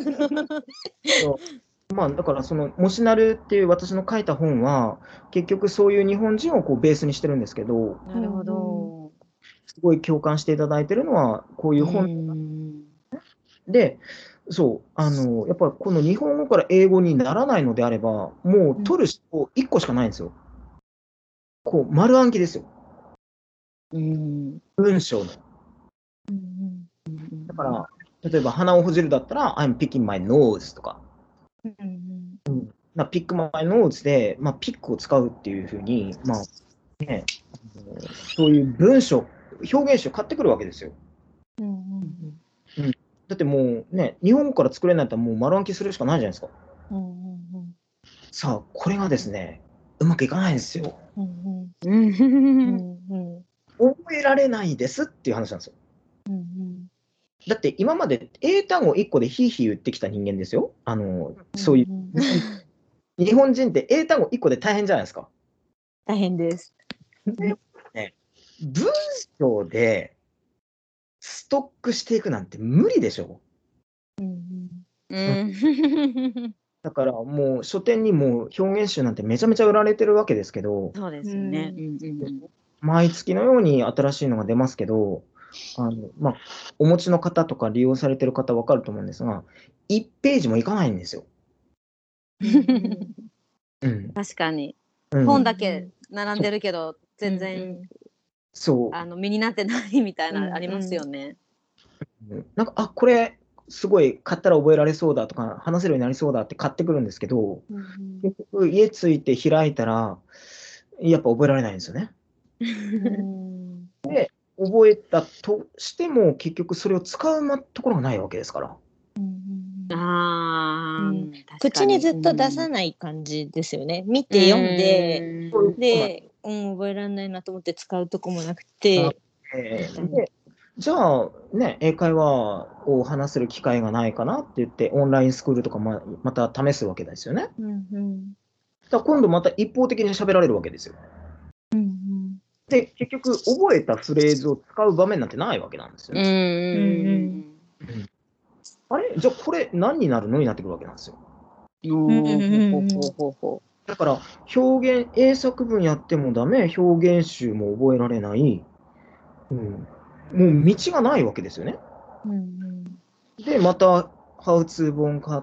まあだからそのもしなるっていう私の書いた本は結局そういう日本人をこうベースにしてるんですけど、 なるほど。 すごい共感していただいてるのはこういう本で、そうあのやっぱりこの日本語から英語にならないのであればもう取る人いっこしかないんですよ。こう丸暗記ですよ。 うん文章の。だから例えば鼻をほじるだったら I'm picking my nose とか。まあ、ピックマイノーズで、まあ、ピックを使うっていうふうに、まあね、そういう文章、表現詞を買ってくるわけですよ。うん、だってもうね、日本語から作れないんだったらもう丸暗記するしかないじゃないですか。さあ、これがですね、うまくいかないんですよ。覚えられないですっていう話なんですよ。だって今まで英単語いっこでヒーヒー言ってきた人間ですよ。あのそういう日本人って英単語いっこで大変じゃないですか。 大変です。 ね、文章でストックしていくなんて無理でしょ。だからもう書店にも表現集なんてめちゃめちゃ売られてるわけですけど、 そうですよね。 毎月のように新しいのが出ますけど、あのまあ、お持ちの方とか利用されてる方分かると思うんですが、いちページもいかないんですよ。 うん、確かに、うん、本だけ並んでるけど全然そうあの身になってないみたいなありますよね。 うんうん、なんかあこれすごい買ったら覚えられそうだとか話せるようになりそうだって買ってくるんですけど、うん、結局家着いて開いたらやっぱ覚えられないんですよね。で覚えたとしても結局それを使うところがないわけですから。 あうん、 口にずっと出さない感じですよね。見て読んで、うん、で、うん、覚えられないなと思って使うとこもなくて。 えー、でじゃあね、英会話を話せる機会がないかなって言って、オンラインスクールとかままた試すわけですよね。 うんうん。 だから今度また一方的に喋られるわけですよ。 うんうん。 で、結局覚えたフレーズを使う場面なんてないわけなんですようんね。 うんうんあれじゃあこれ何になるのになってくるわけなんですよ。 うんうんほうほうほうほだから表現、英作文やってもダメ、表現集も覚えられない、うん、もう道がないわけですよね。 うんうんで、またハウツー本買って、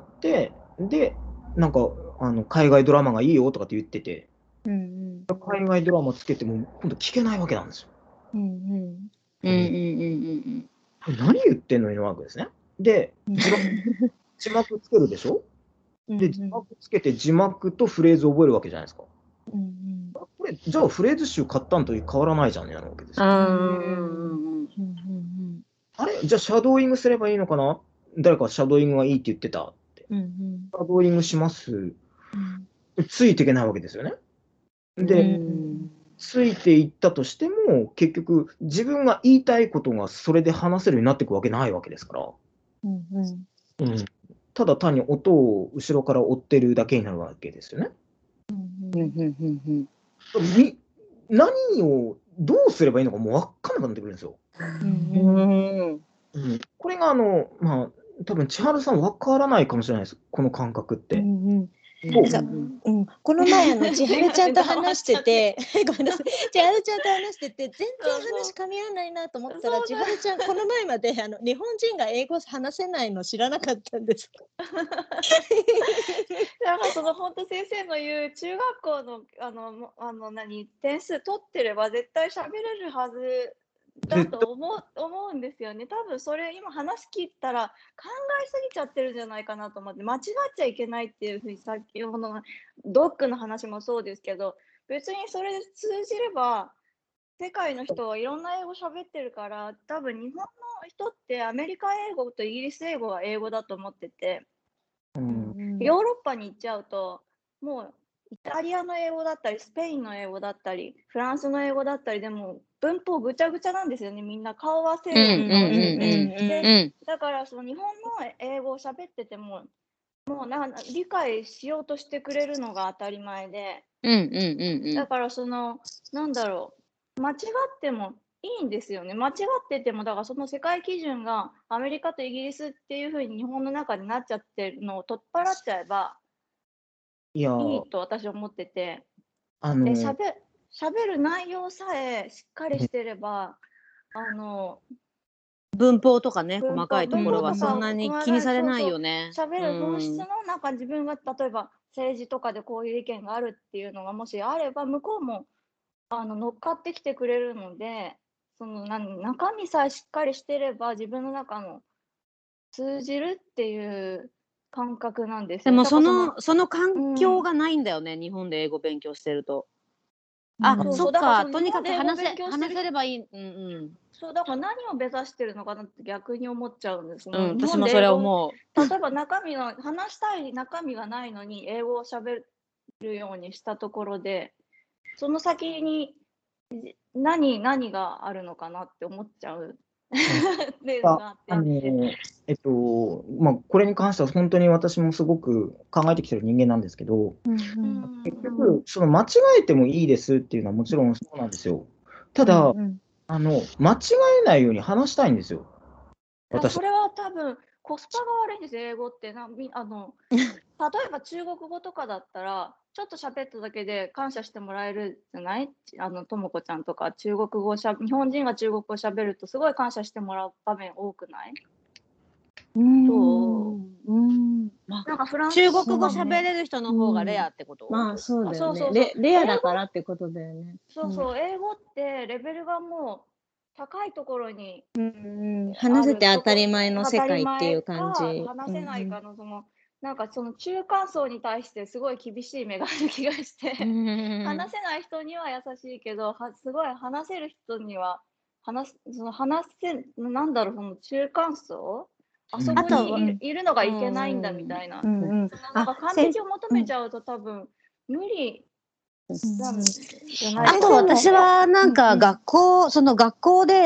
で、なんかあの海外ドラマがいいよとかって言ってて、 うん海外ドラマつけても今度聞けないわけなんですよ。 うんうんう。うんうんうんうんこれ何言ってんのになわけですね。で、字幕字幕つけるでしょ。で、字幕つけて字幕とフレーズを覚えるわけじゃないですか。 うんうんこれ、じゃあフレーズ集買ったんと変わらないじゃんね、なるわけですよ。 うんうんあれじゃあシャドーイングすればいいのかな。誰かシャドーイングがいいって言ってたって。 うんうんシャドーイングします。 うんついていけないわけですよね。で、 うんついていったとしても、結局自分が言いたいことがそれで話せるようになっていくわけないわけですから。 うんうんうん、ただ単に音を後ろから追ってるだけになるわけですよね。 うんうんうんみ何をどうすればいいのかもう分かんなくなってくるんですよ。 うんうん、これがあの、まあ、多分千春さん分からないかもしれないです、この感覚って。 うんうんそうなんかうん、この前あの千春ちゃんと話しててごめんなさい千春ちゃんと話してて全然話噛み合わないなと思ったら千春ちゃんこの前まであの日本人が英語話せないの知らなかったんですなんかその本当先生の言う中学校のあのあの何点数取ってれば絶対喋れるはずだと思う思うんですよね。多分それ今話聞いたら考えすぎちゃってるんじゃないかなと思って、間違っちゃいけないっていうふうに先ほどのドッグの話もそうですけど、別にそれで通じれば世界の人はいろんな英語喋ってるから、多分日本の人ってアメリカ英語とイギリス英語は英語だと思ってて、 うんヨーロッパに行っちゃうともうイタリアの英語だったりスペインの英語だったりフランスの英語だったりでも文法ぐちゃぐちゃなんですよね。みんな顔は西洋の顔してて、だからその日本の英語を喋っててももうな理解しようとしてくれるのが当たり前で、だからそのなんだろう間違ってもいいんですよね。間違っててもだからその世界基準がアメリカとイギリスっていう風に日本の中でなっちゃってるのを取っ払っちゃえばいやいいと私は思ってて、 あのでしゃべしゃべる内容さえしっかりしてればあの文法とかね文法細かいところは文法とかそんなに気にされないよね。 しゃべる本質の中自分が例えば政治とかでこういう意見があるっていうのがもしあれば向こうもあの乗っかってきてくれるので、そのなん中身さえしっかりしてれば自分の中の通じるっていう感覚なんですよ。 でもそのその環境がないんだよね、うん、日本で英語勉強してると。あ、うん、そっか、とにかく話せ話せればいい。うんうん。 そうだから何を目指してるのかなって逆に思っちゃうんです。 うん、私もそれ思う。例えば中身が話したい中身がないのに英語を喋るようにしたところで、その先に何何があるのかなって思っちゃう。っていうのがあって、 あのえっとまあ、これに関しては本当に私もすごく考えてきてる人間なんですけど、うんうん、結局その間違えてもいいですっていうのはもちろんそうなんですよ。ただ、うんうん、あの間違えないように話したいんですよ。 私それは多分コスパが悪いんですよ、英語ってなあの例えば中国語とかだったらちょっと喋っただけで感謝してもらえるじゃない？あのともこちゃんとか中国語しゃ日本人が中国語喋るとすごい感謝してもらう場面多くない？ うんそう、 うんなんかフランス中国語喋れる人の方がレアってこと？ うん、まあそうだよね。そうそうそうレ、レアだからってことだよね。 そうそう、うん、英語ってレベルがもう高いところに、 うん、話せて当たり前の世界っていう感じ。 話せないかのその、うん、なんかその中間層に対してすごい厳しい目がある気がして、話せない人には優しいけど、はすごい話せる人には話その話せなんだろうその中間層あそこに い, いるのがいけないんだみたいな、うんうん、なんか完璧を求めちゃうと多分無理。 あと私はなんか学校、うん、その学校で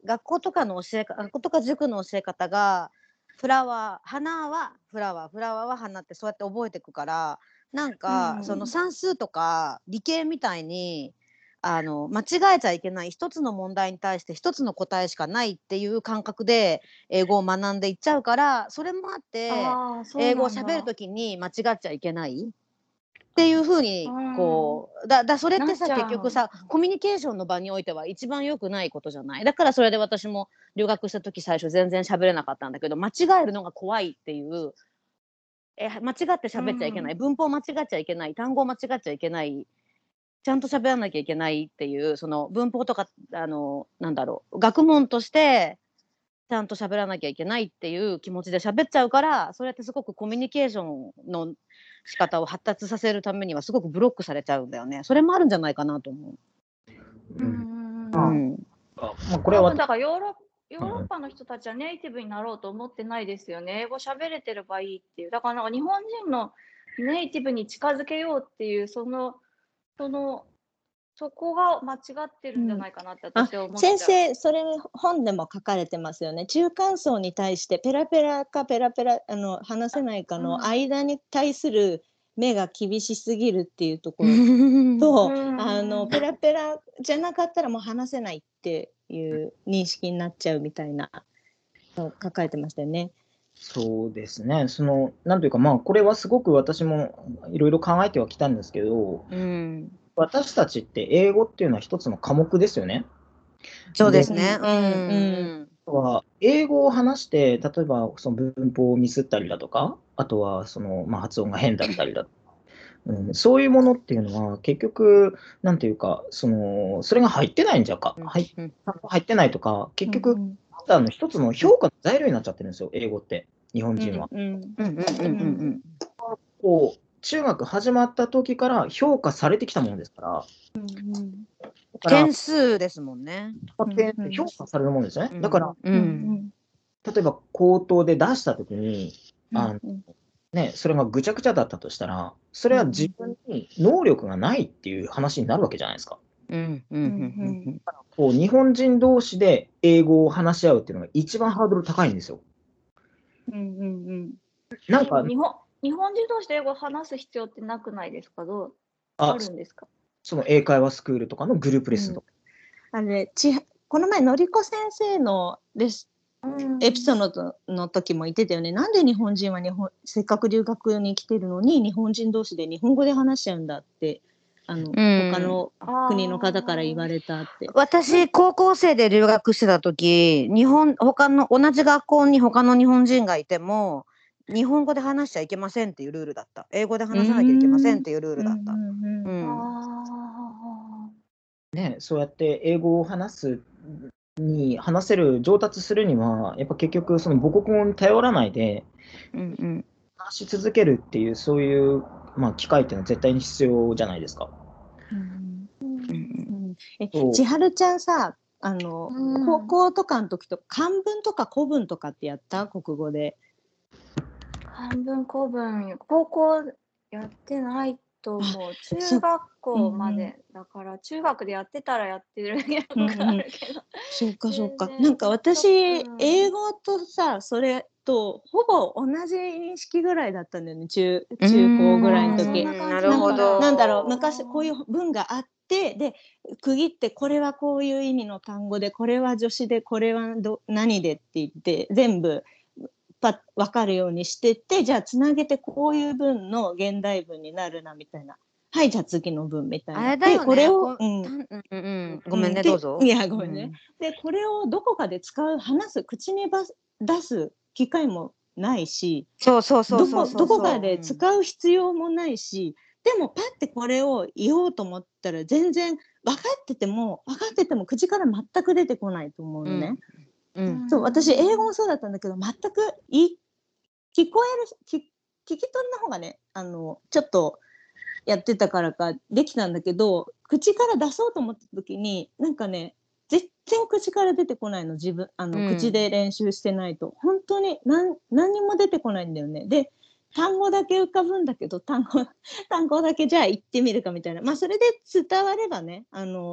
学校とかの教えか学校とか塾の教え方がフラワー花はフラワーフラワーは花ってそうやって覚えていくから、なんか、 うんその算数とか理系みたいにあの間違えちゃいけない、一つの問題に対して一つの答えしかないっていう感覚で英語を学んでいっちゃうから、それもあってああ、そう英語をなんだ。 喋るときに間違っちゃいけないっていう風にうんこうだだそれってさ、 なっちゃう結局さコミュニケーションの場においては一番良くないことじゃない。だからそれで私も留学した時最初全然喋れなかったんだけど、間違えるのが怖いっていう、え間違って喋っちゃいけない、 うん文法間違っちゃいけない、単語間違っちゃいけない、ちゃんと喋らなきゃいけないっていう、その文法とかあのなんだろう学問としてちゃんと喋らなきゃいけないっていう気持ちで喋っちゃうから、それってすごくコミュニケーションの仕方を発達させるためにはすごくブロックされちゃうんだよね。それもあるんじゃないかなと思う。 ううんんううんん、 あまあ、これは多分だからヨーロヨーロッパの人たちはネイティブになろうと思ってないですよね。英語喋れてればいいっていう。だからなんか日本人のネイティブに近づけようっていうそのそのそこが間違ってるんじゃないかなってあ私は思っちゃう。 先生それ本でも書かれてますよね。中間層に対してペラペラかペラペラあの話せないかの間に対する目が厳しすぎるっていうところと、 うんあのペラペラじゃなかったらもう話せないっていう認識になっちゃうみたいなのを書かれてましたよね。 そうですね。その、なんというか、まあ、これはすごく私もいろいろ考えてはきたんですけど、 うん、 私たちって英語っていうのは一つの科目ですよね。 そうですね。 うんうんあとは英語を話して、例えばその文法をミスったりだとか、あとはその、まあ、発音が変だったりだとか、うん、そういうものっていうのは結局、なんていうか、そのそれが入ってないんじゃか、 うん入うん入ってないとか、結局、 うんうん判断の一つの評価の材料になっちゃってるんですよ、英語って、日本人は。 うんうんうんうんうんこう中学始まった時から評価されてきたものですから、だから点数ですもんね。 点って評価されるものですよね。だから、 うんうん例えば口頭で出した時に、あのうんね、それがぐちゃぐちゃだったとしたら、それは自分に能力がないっていう話になるわけじゃないですか。 うんうんうんこう日本人同士で英語を話し合うっていうのが一番ハードル高いんですよ。 うんうんうんなんか、 日本日本人同士で英語を話す必要ってなくないですか？どうああるんですか？ その英会話スクールとかのグループレッスンとか。 あれちこの前のりこ先生のレスエピソードの時も言ってたよね。なんで日本人は日本せっかく留学に来てるのに日本人同士で日本語で話しちゃうんだってあの、 うん他の国の方から言われたって。 私高校生で留学してた時、日本他の同じ学校に他の日本人がいても日本語で話しちゃいけませんっていうルールだった。英語で話さなきゃいけませんっていうルールだった。 うんうんうんうんあね、そうやって英語を話すに話せる上達するには、やっぱ結局その母国語に頼らないでうんうん話し続けるっていうそういう、まあ、機会っていうのは絶対に必要じゃないですか。 うんうんうんえそう千春ちゃんさあの、 うん高校とかの時と漢文とか古文とかってやった国語で。 半分古文高校やってないと思う。 そ中学校まで、だから中学でやってたらやってるやつがあるけど、 そうかそうか。 全然なんか私、 うん英語とさそれとほぼ同じ認識ぐらいだったんだよね。中中高ぐらいの時。 そんな感じなるほど。 なんだろう昔こういう文があってで区切ってこれはこういう意味の単語でこれは助詞でこれはど何でって言って全部パ分かるようにしてってじゃあつなげてこういう文の現代文になるなみたいな。はいじゃあ次の文みたいな。 あれだよね。 でこれを、 こうんうんうんうん、ごめんね、 でどうぞ。 いやごめんね。でこれをどこかで使う話す口にばす出す機会もないしそうそうそうどこそうそうどこかで使う必要もないし、でもパッてこれを言おうと思ったら全然分かってても分かってても口から全く出てこないと思うのね。 うんうんそう私英語もそうだったんだけど全くい聞こえる聞聞き取りの方がねあのちょっとやってたからかできたんだけど口から出そうと思った時になんかね全然口から出てこないの自分あの、 うん口で練習してないと本当に何何にも出てこないんだよね。で単語だけ浮かぶんだけど単語単語だけじゃあ言ってみるかみたいなまあそれで伝わればねあの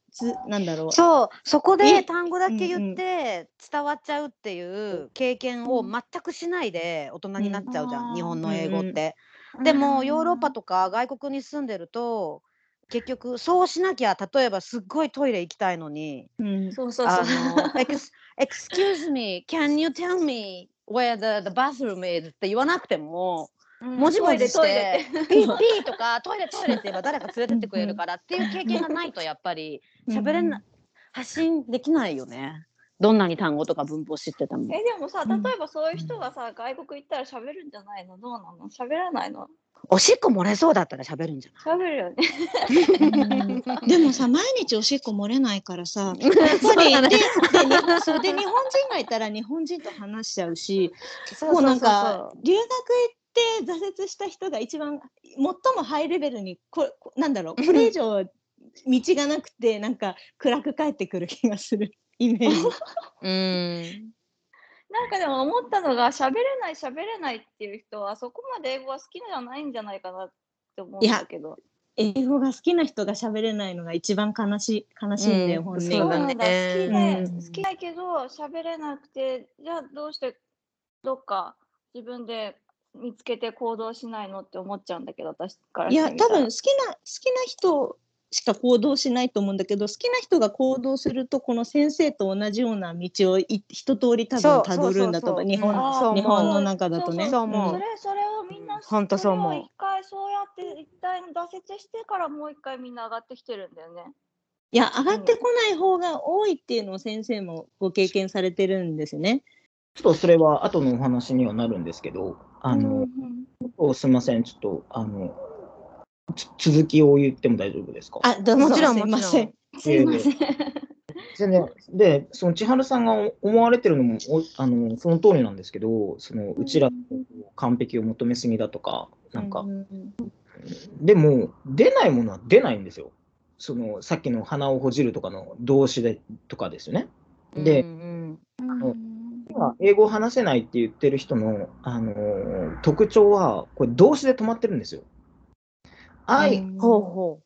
つなんだろう。 そうそこでえ単語だけうんうん言って伝わっちゃうっていう経験を全くしないで大人になっちゃうじゃん、 うん日本の英語って。 うんでもヨーロッパとか外国に住んでると結局そうしなきゃ、例えばすっごいトイレ行きたいのにうんそうそうそうあの Ex- Excuse me, can you tell me where the, the bathroom is って言わなくてもうんもじもじしトイレてピーピーとかトイレトイレって言えば誰か連れてってくれるからっていう経験がないとやっぱり喋れな発信できないよね。どんなに単語とか文法知ってても。 えでもさ、例えばそういう人がさ、外国行ったら喋るんじゃないの？どうなの？喋らないの？ おしっこ漏れそうだったら喋るんじゃない？ 喋るよね。 うんでもさ、毎日おしっこ漏れないからさ、やっぱりででにそうで日本人がいたら日本人と話しちゃうし、 そうこうなんそうそうか留学行って挫折した人が一番最もハイレベルにここなんだろうこれ以上道がなくてなんか暗く帰ってくる気がするイメージ。 うんなんかでも思ったのが、喋れない喋れないっていう人はそこまで英語は好きじゃないんじゃないかなって思うんだけど。 英語が好きな人が喋れないのが一番悲しい悲しいんだよ、 うん本人そうが。 だねなんだ、好きで、 うん好きだけど喋れなくて、じゃあどうしてどっか自分で見つけて行動しないのって思っちゃうんだけど、私からいやしてみたら。 多分好きな好きな人しか行動しないと思うんだけど、好きな人が行動するとこの先生と同じような道をい一通り多分たどるんだと思う。日本、 あー日本の中だとね。 そう思うそれそれをみんな、 ほんとそう思うそれを一回そうやって一回挫折してからもう一回みんな上がってきてるんだよね。 いや上がってこない方が多いっていうのを先生もご経験されてるんですね。 ちょっとそれは後のお話にはなるんですけど、あの、うん、すみません、ちょっとあの続きを言っても大丈夫ですか？ あ、どうぞ。 もちろんすいません。 すいません。 全然で、その千春さんが思われてるのもおあのその通りなんですけど、そのうちら完璧を求めすぎだとか、なんか、 うんうんでも出ないものは出ないんですよ。そのさっきの鼻をほじるとかの動詞でとかですよね。で、 うんあの今英語を話せないって言ってる人の、あのー特徴はこれ動詞で止まってるんですよ。I、 ほうほ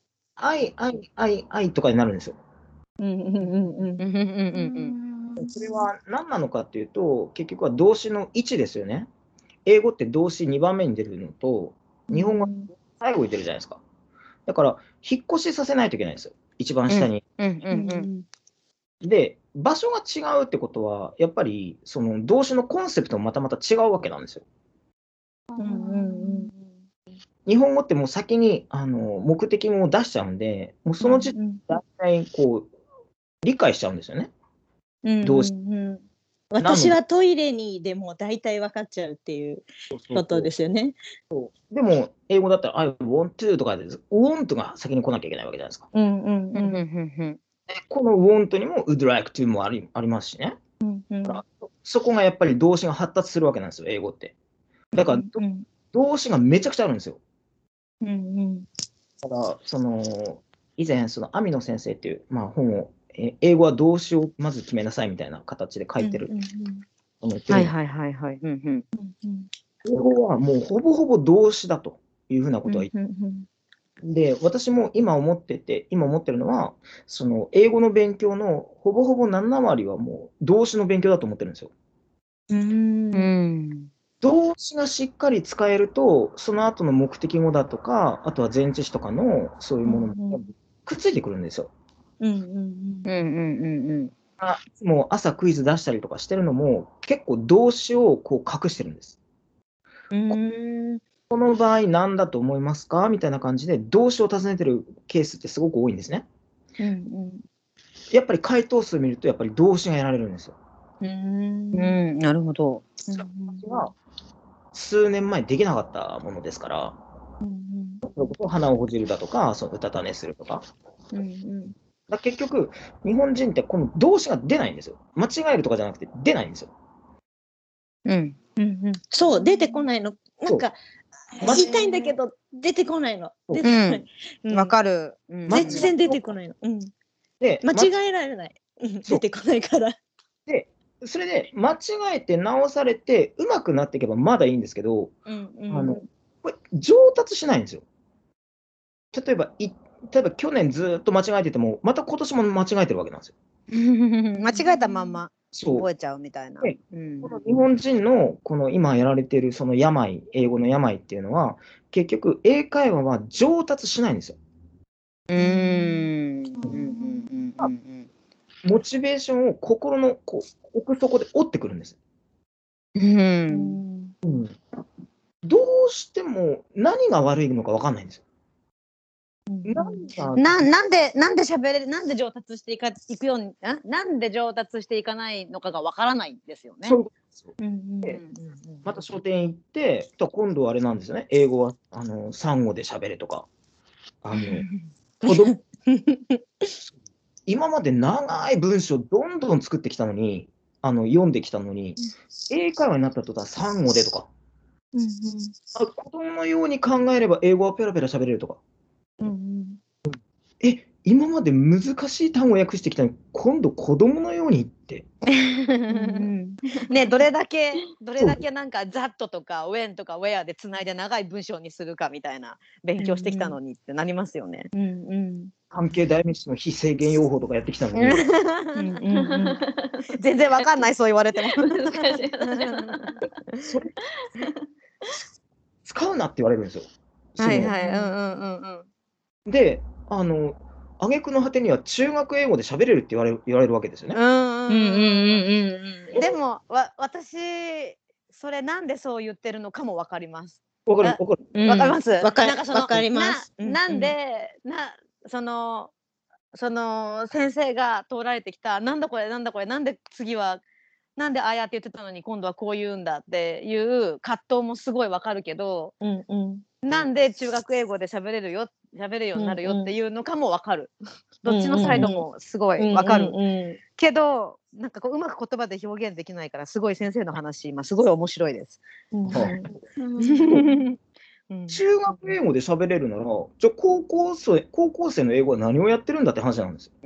I、I、I、I とかになるんですよ。 うんうんうんうんう。うんうんうんうんそれは何なのかっていうと、結局は動詞の位置ですよね。英語って動詞にばんめに出るのと、日本語は最後に出るじゃないですか。だから、引っ越しさせないといけないんですよ。一番下に。 うんうんうんで、場所が違うってことは、やっぱりその動詞のコンセプトもまたまた違うわけなんですよ。 うんうんうん日本語ってもう先にあの目的語を出しちゃうんで、もうその時点で大体こう理解しちゃうんですよね。 うん動詞うんうん私はトイレにでも大体分かっちゃうっていうことですよね。 でも、英語だったら、I want to とかで、want が先に来なきゃいけないわけじゃないですか。 うんうんうんうんうんうんこの want にも would like to もありありますしね。 うんうんそこがやっぱり動詞が発達するわけなんですよ、英語って。だから、 うん動詞がめちゃくちゃあるんですよ。 うんうんだから、その、以前、その、網野先生っていう、まあ、本を、え英語は動詞をまず決めなさいみたいな形で書いてるうんうんのを言ってるんです。 はいはいはいはい。うんうんうん英語はもうほぼほぼ動詞だというふうなことは言って、 うんうんで、私も今思ってて、今思ってるのは、その英語の勉強のほぼほぼなな割はもう動詞の勉強だと思ってるんですよ。 うんううんん動詞がしっかり使えると、その後の目的語だとか、あとは前置詞とかのそういうものもくっついてくるんですよ。 うんうんうんうんうんあいつも朝クイズ出したりとかしてるのも、結構動詞をこう隠してるんです。 うんこの場合何だと思いますかみたいな感じで動詞を尋ねてるケースってすごく多いんですね。 うんやっぱり回答数見ると、やっぱり動詞がやられるんですよ。 うんうんうん。なるほど。 私は数年前できなかったものですから、 うんそれこそ鼻をほじるだとか、そのうたた寝するとか。 うんうんだ結局、日本人ってこの動詞が出ないんですよ。間違えるとかじゃなくて出ないんですよ。 うんうんうんそう出てこないのなんかそう言いたいんだけど出てこないのそう出てこないうんわかる。うん全然出てこないのうんで、 間違えられないうん出てこないからで、それで間違えて直されて、うまくなっていけばまだいいんですけど、 うんうんあのこれ上達しないんですよ。例えば、い例えば去年ずっと間違えてても、また今年も間違えてるわけなんですよ。 間違えたまんまそう覚えちゃうみたいな。 でうんこの日本人のこの今やられているその病、英語の病っていうのは、結局、英会話は上達しないんですよ。 うーんうんうんうんモチベーションを心のこう奥底で折ってくるんです。 うんうんどうしても何が悪いのか分かんないんですよ。何がななんでなんで喋れるなんで上達していかいくようにななんで上達していかないのかがわからないんですよね。 そういうことですよ。 うんうんでまた書店行って、と今度はあれなんですよね。英語はあの産語で喋れとか。あの子供今まで長い文章どんどん作ってきたのに、あの読んできたのに、英会話になった途端産語でとか。 うんあ子供のように考えれば英語はペラペラ喋れるとか。 うんうんえ、今まで難しい単語を訳してきたのに、今度子供のようにって。 うんねどれだけどれだけなんかざっととか when とか where でつないで長い文章にするかみたいな勉強してきたのにってなりますよね。 うんうん関係代名詞の非制限用法とかやってきたのに、 うんうん全然わかんないそう言われても。 難しい。 それ使うなって言われるんですよ。 はいそのはいうんうんうんうん。 で、あの、挙句の果てには中学英語で喋れるって言われる言われるわけですよね。 うんうんうんうんうんうんでもわ私それなんでそう言ってるのかもわかります。 わかるわかる。 うんわかります。 わかなんかそのわかりますうんうんななんでなそのその先生が通られてきたなんだこれなんだこれなんで次はなんでああやって言ってたのに今度はこう言うんだっていう葛藤もすごいわかるけど、 うんうんなんで中学英語で喋れるよ喋れるようになるよっていうのかもわかる。 うんうんどっちのサイドもすごいわかる。 うんうんけどなんかこううまく言葉で表現できないからすごい先生の話今すごい面白いです。 うんうん中学英語で喋れるなら、じゃあ高校生高校生の英語は何をやってるんだって話なんですよ。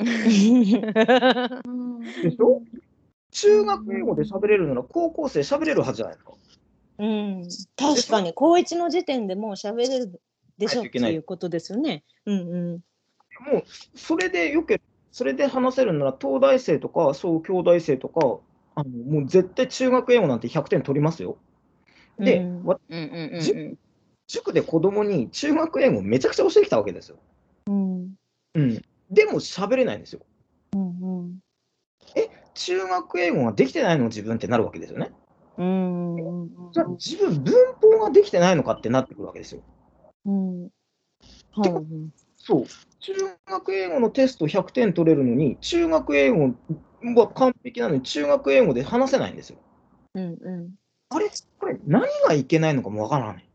でしょ中学英語で喋れるなら高校生喋れるはずじゃないですか。 うん確かに高一の時点でもう喋れるでしょっていうことですよね。うんうんもうそれでよけそれで話せるなら東大生とかそう京大生とかあのもう絶対中学英語なんてひゃくてん取りますよ。で、 うんわうんうんうんじ塾で子供に中学英語めちゃくちゃ教えてきたわけですよ。 うんうん、でも喋れないんですよ。 うんうん中学英語ができてないの自分ってなるわけですよね。 うんうんじゃあ自分文法ができてないのかってなってくるわけですよ。 うんはいそう。中学英語のテストひゃくてん取れるのに、中学英語は完璧なのに、中学英語で話せないんですよ。 うんうんあれこれ何がいけないのかもわからない。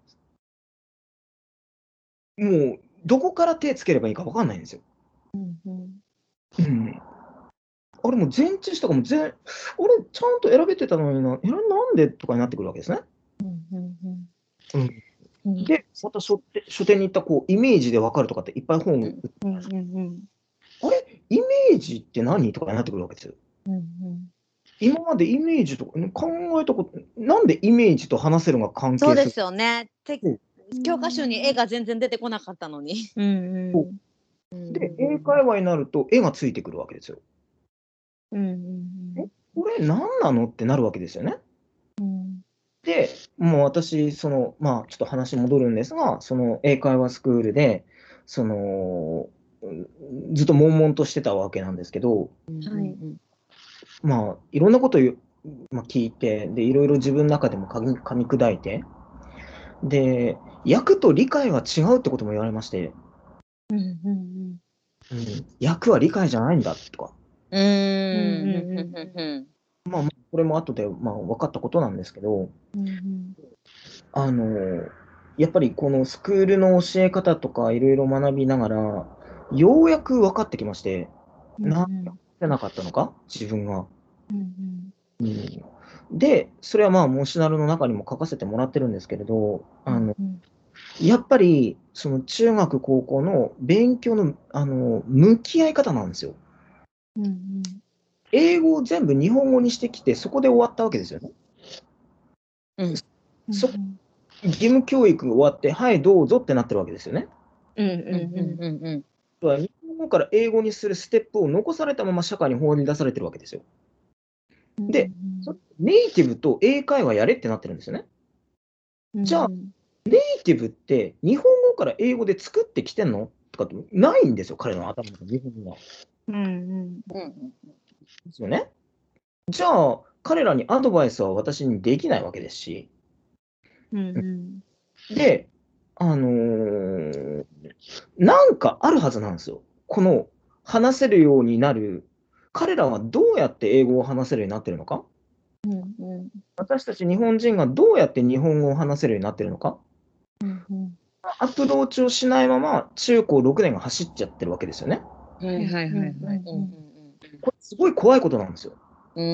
もう、どこから手つければいいかわかんないんですよ。 うんうんうん。あれもう全知したかも全、あれちゃんと選べてたのにな、えなんでとかになってくるわけですね。 うんうんうん。 うんで、また書店書店に行ったこうイメージでわかるとかっていっぱい本、 うんうんうんあれイメージって何とかになってくるわけですよ。 うんうん今までイメージとか考えたこと、なんでイメージと話せるが関係するそうですよね。てうん教科書に絵が全然出てこなかったのに。 うんうんで、英会話になると絵がついてくるわけですよ。 うんうんこれ何なのってなるわけですよね。 うんで、もう私、その、まあ、ちょっと話戻るんですが、その英会話スクールで、その、うんずっと悶々としてたわけなんですけど、 はいまあ、いろんなことを言う、まあ、聞いて、で、いろいろ自分の中でも噛み噛み砕いて、で、訳と理解は違うってことも言われまして、 うんうんうん、訳は理解じゃないんだとか、 うーん。 まあ、これも後で、まあ、分かったことなんですけど、 うんあの、やっぱりこのスクールの教え方とかいろいろ学びながら、ようやく分かってきまして、 うんなんで分かってなかったのか、自分が。 うんうんで、それはまあ、モシナルの中にも書かせてもらってるんですけれど、あのうんやっぱりその中学、高校の勉強の、あの向き合い方なんですよ。 うん英語を全部日本語にしてきて、そこで終わったわけですよね。 うんそ義務教育終わって、はい、どうぞってなってるわけですよね。 うんうんうんうんうんは日本語から英語にするステップを残されたまま社会に放り出されてるわけですよ。で、ネイティブと英会話やれってなってるんですよね。じゃあ、ネイティブって日本語から英語で作ってきてんのとかってないんですよ、彼の頭の日本語が。 うんうんですよね。じゃあ、彼らにアドバイスは私にできないわけですし。 うんうんで、あのーなんかあるはずなんですよ。この話せるようになる、彼らはどうやって英語を話せるようになってるのか、 うんうん私たち日本人がどうやって日本語を話せるようになってるのか、 うんうんアプローチをしないまま中高ろくねんが走っちゃってるわけですよね。 はいはいはいはい。 これすごい怖いことなんですよ。 うん。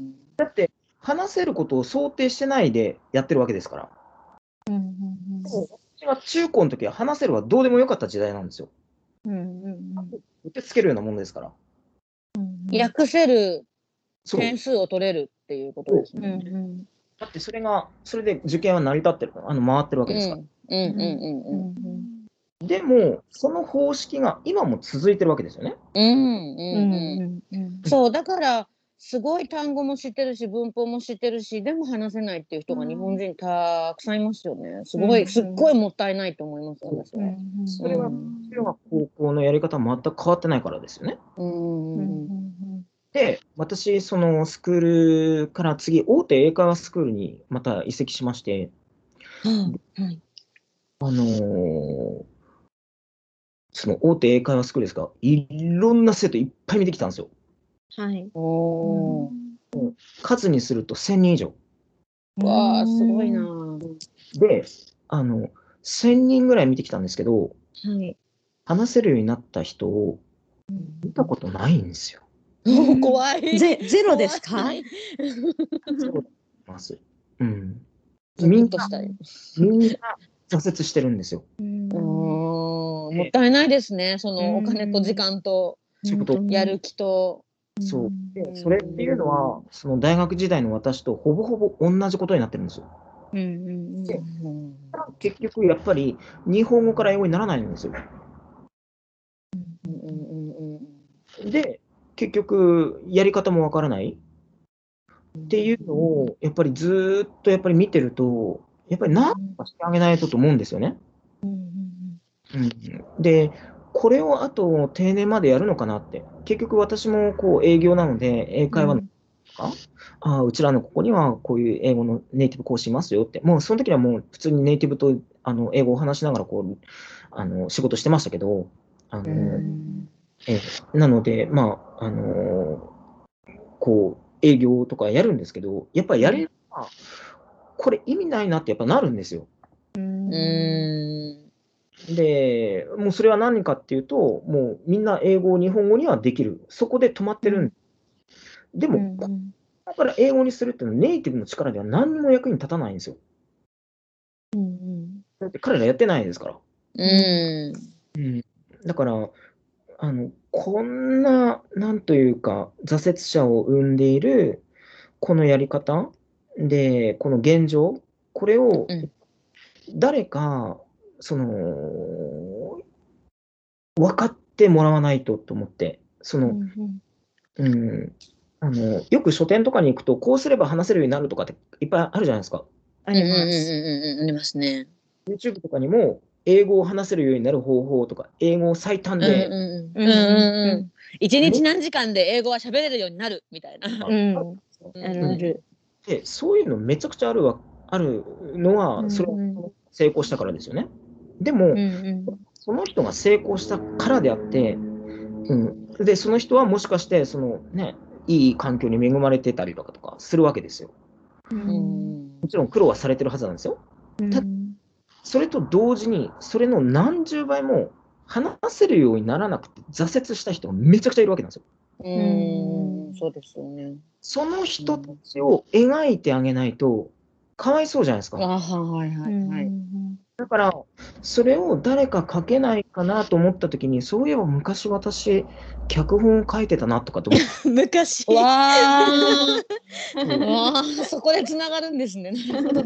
だって話せることを想定してないでやってるわけですから。 うんうん私が中高の時は話せるはどうでもよかった時代なんですよ。 うんうんうってつけるようなものですから。 訳せるそう。 点数を取れるっていうことですね。 うんうんだってそれが、それで受験は成り立ってる、あの回ってるわけですから。 うんうんうんうんでも、その方式が今も続いてるわけですよね。 うんうんうんうん。そう、だから、すごい単語も知ってるし、文法も知ってるし、でも話せないっていう人が日本人たくさんいますよね。すごい、すっごいもったいないと思います、私は。 それは、それは高校のやり方は全く変わってないからですよね。 うんうんで、私、そのスクールから次、大手英会話スクールにまた移籍しまして、 はいあのーその大手英会話スクールですが、いろんな生徒いっぱい見てきたんですよ。 はいおー。 数にするとせんにん以上。 わあ、すごいな。 で、あの、せんにんぐらい見てきたんですけど、 はい話せるようになった人を見たことないんですよ。 怖い。 ゼゼロですか？ 怖いそうます。うん。 ゾみんな、 クッとしたよ。 みんな挫折してるんですよ。 うーん、もったいないですね。そのお金と時間と仕事。 やる気と。 そう。で、それっていうのは、その大学時代の私とほぼほぼ同じことになってるんですよ。 うんうんで、結局やっぱり日本語から英語にならないんですよ。で、結局やり方もわからないっていうのをやっぱりずーっとやっぱり見てると、やっぱり何とかしてあげないとと思うんですよね。うん、で、これをあと定年までやるのかなって。結局私もこう営業なので、英会話のとか、あうちらのここにはこういう英語のネイティブ講師いますよって、もうその時はもう普通にネイティブとあの英語を話しながらこうあの仕事してましたけど、あのえなので、まあ、あのこう営業とかやるんですけど、やっぱりやれれば、これ意味ないなってやっぱなるんですよ。 うんで、もうそれは何かっていうと、もうみんな英語、日本語にはできる。そこで止まってるんでも、だから英語にするっていうのはネイティブの力では何にも役に立たないんですよ。だって彼らやってないですから。 うんうん、だから、あの、こんな、なんというか、挫折者を生んでいる、このやり方で、この現状、これをうん誰か、その、分かってもらわないとと思って、その、うん、あの、よく書店とかに行くと、こうすれば話せるようになるとかっていっぱいあるじゃないですか。 あります。 うんうんうんうんうんありますね。 YouTube とかにも、英語を話せるようになる方法とか、英語を最短で、 うんうんうんうん一日何時間で英語は喋れるようになるみたいな。 うんあるある。 で、そういうのめちゃくちゃあるわあるのは、それは成功したからですよね。でも、その人が成功したからであって、うん、で、その人はもしかして、そのね、いい環境に恵まれてたりとかとかするわけですよ。 うんもちろん苦労はされてるはずなんですよ。ただそれと同時に、それの何十倍も話せるようにならなくて挫折した人がめちゃくちゃいるわけなんですよ。 うんそうですよね。 その人たちを描いてあげないと、かわいそうじゃないですか。 あはいはいはい。 だから、それを誰か書けないかなと思ったときに、そういえば昔私、脚本を書いてたなとかと思って。 昔。 わあ。 わあ、そこでつながるんですね。なるほど。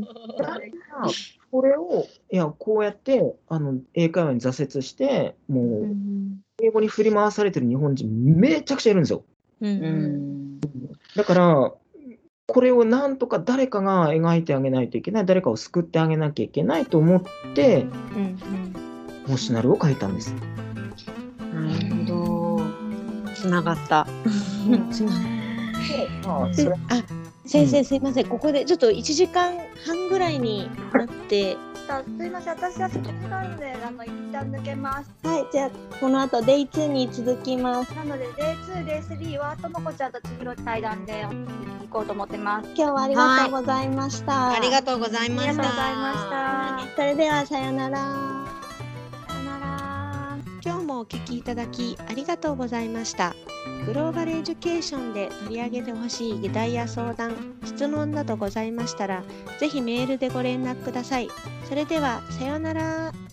これをいやこうやってあの英会話に挫折してもう英語に振り回されてる日本人めちゃくちゃいるんですよ。 うん、 だからこれをなんとか誰かが描いてあげないといけない、誰かを救ってあげなきゃいけないと思って、うんうん、もうシナリオを書いたんです。 なるほど。つながった。つながった。あ、先生すいません、ここでちょっといちじかんはんぐらいになって。 すいません、私はそこなので、あの一旦抜けます。 はい、じゃあこの後デイツーに続きます。 なのでデイツー、デイスリーはともこちゃんと千尋対談で行こうと思ってます。 今日はありがとうございました。 ありがとうございました。 ありがとうございました。 それではさよなら。 さよなら。 今日もお聞きいただきありがとうございました。グローバルエデュケーションで取り上げてほしい議題や相談、質問などございましたら、ぜひメールでご連絡ください。それではさようなら。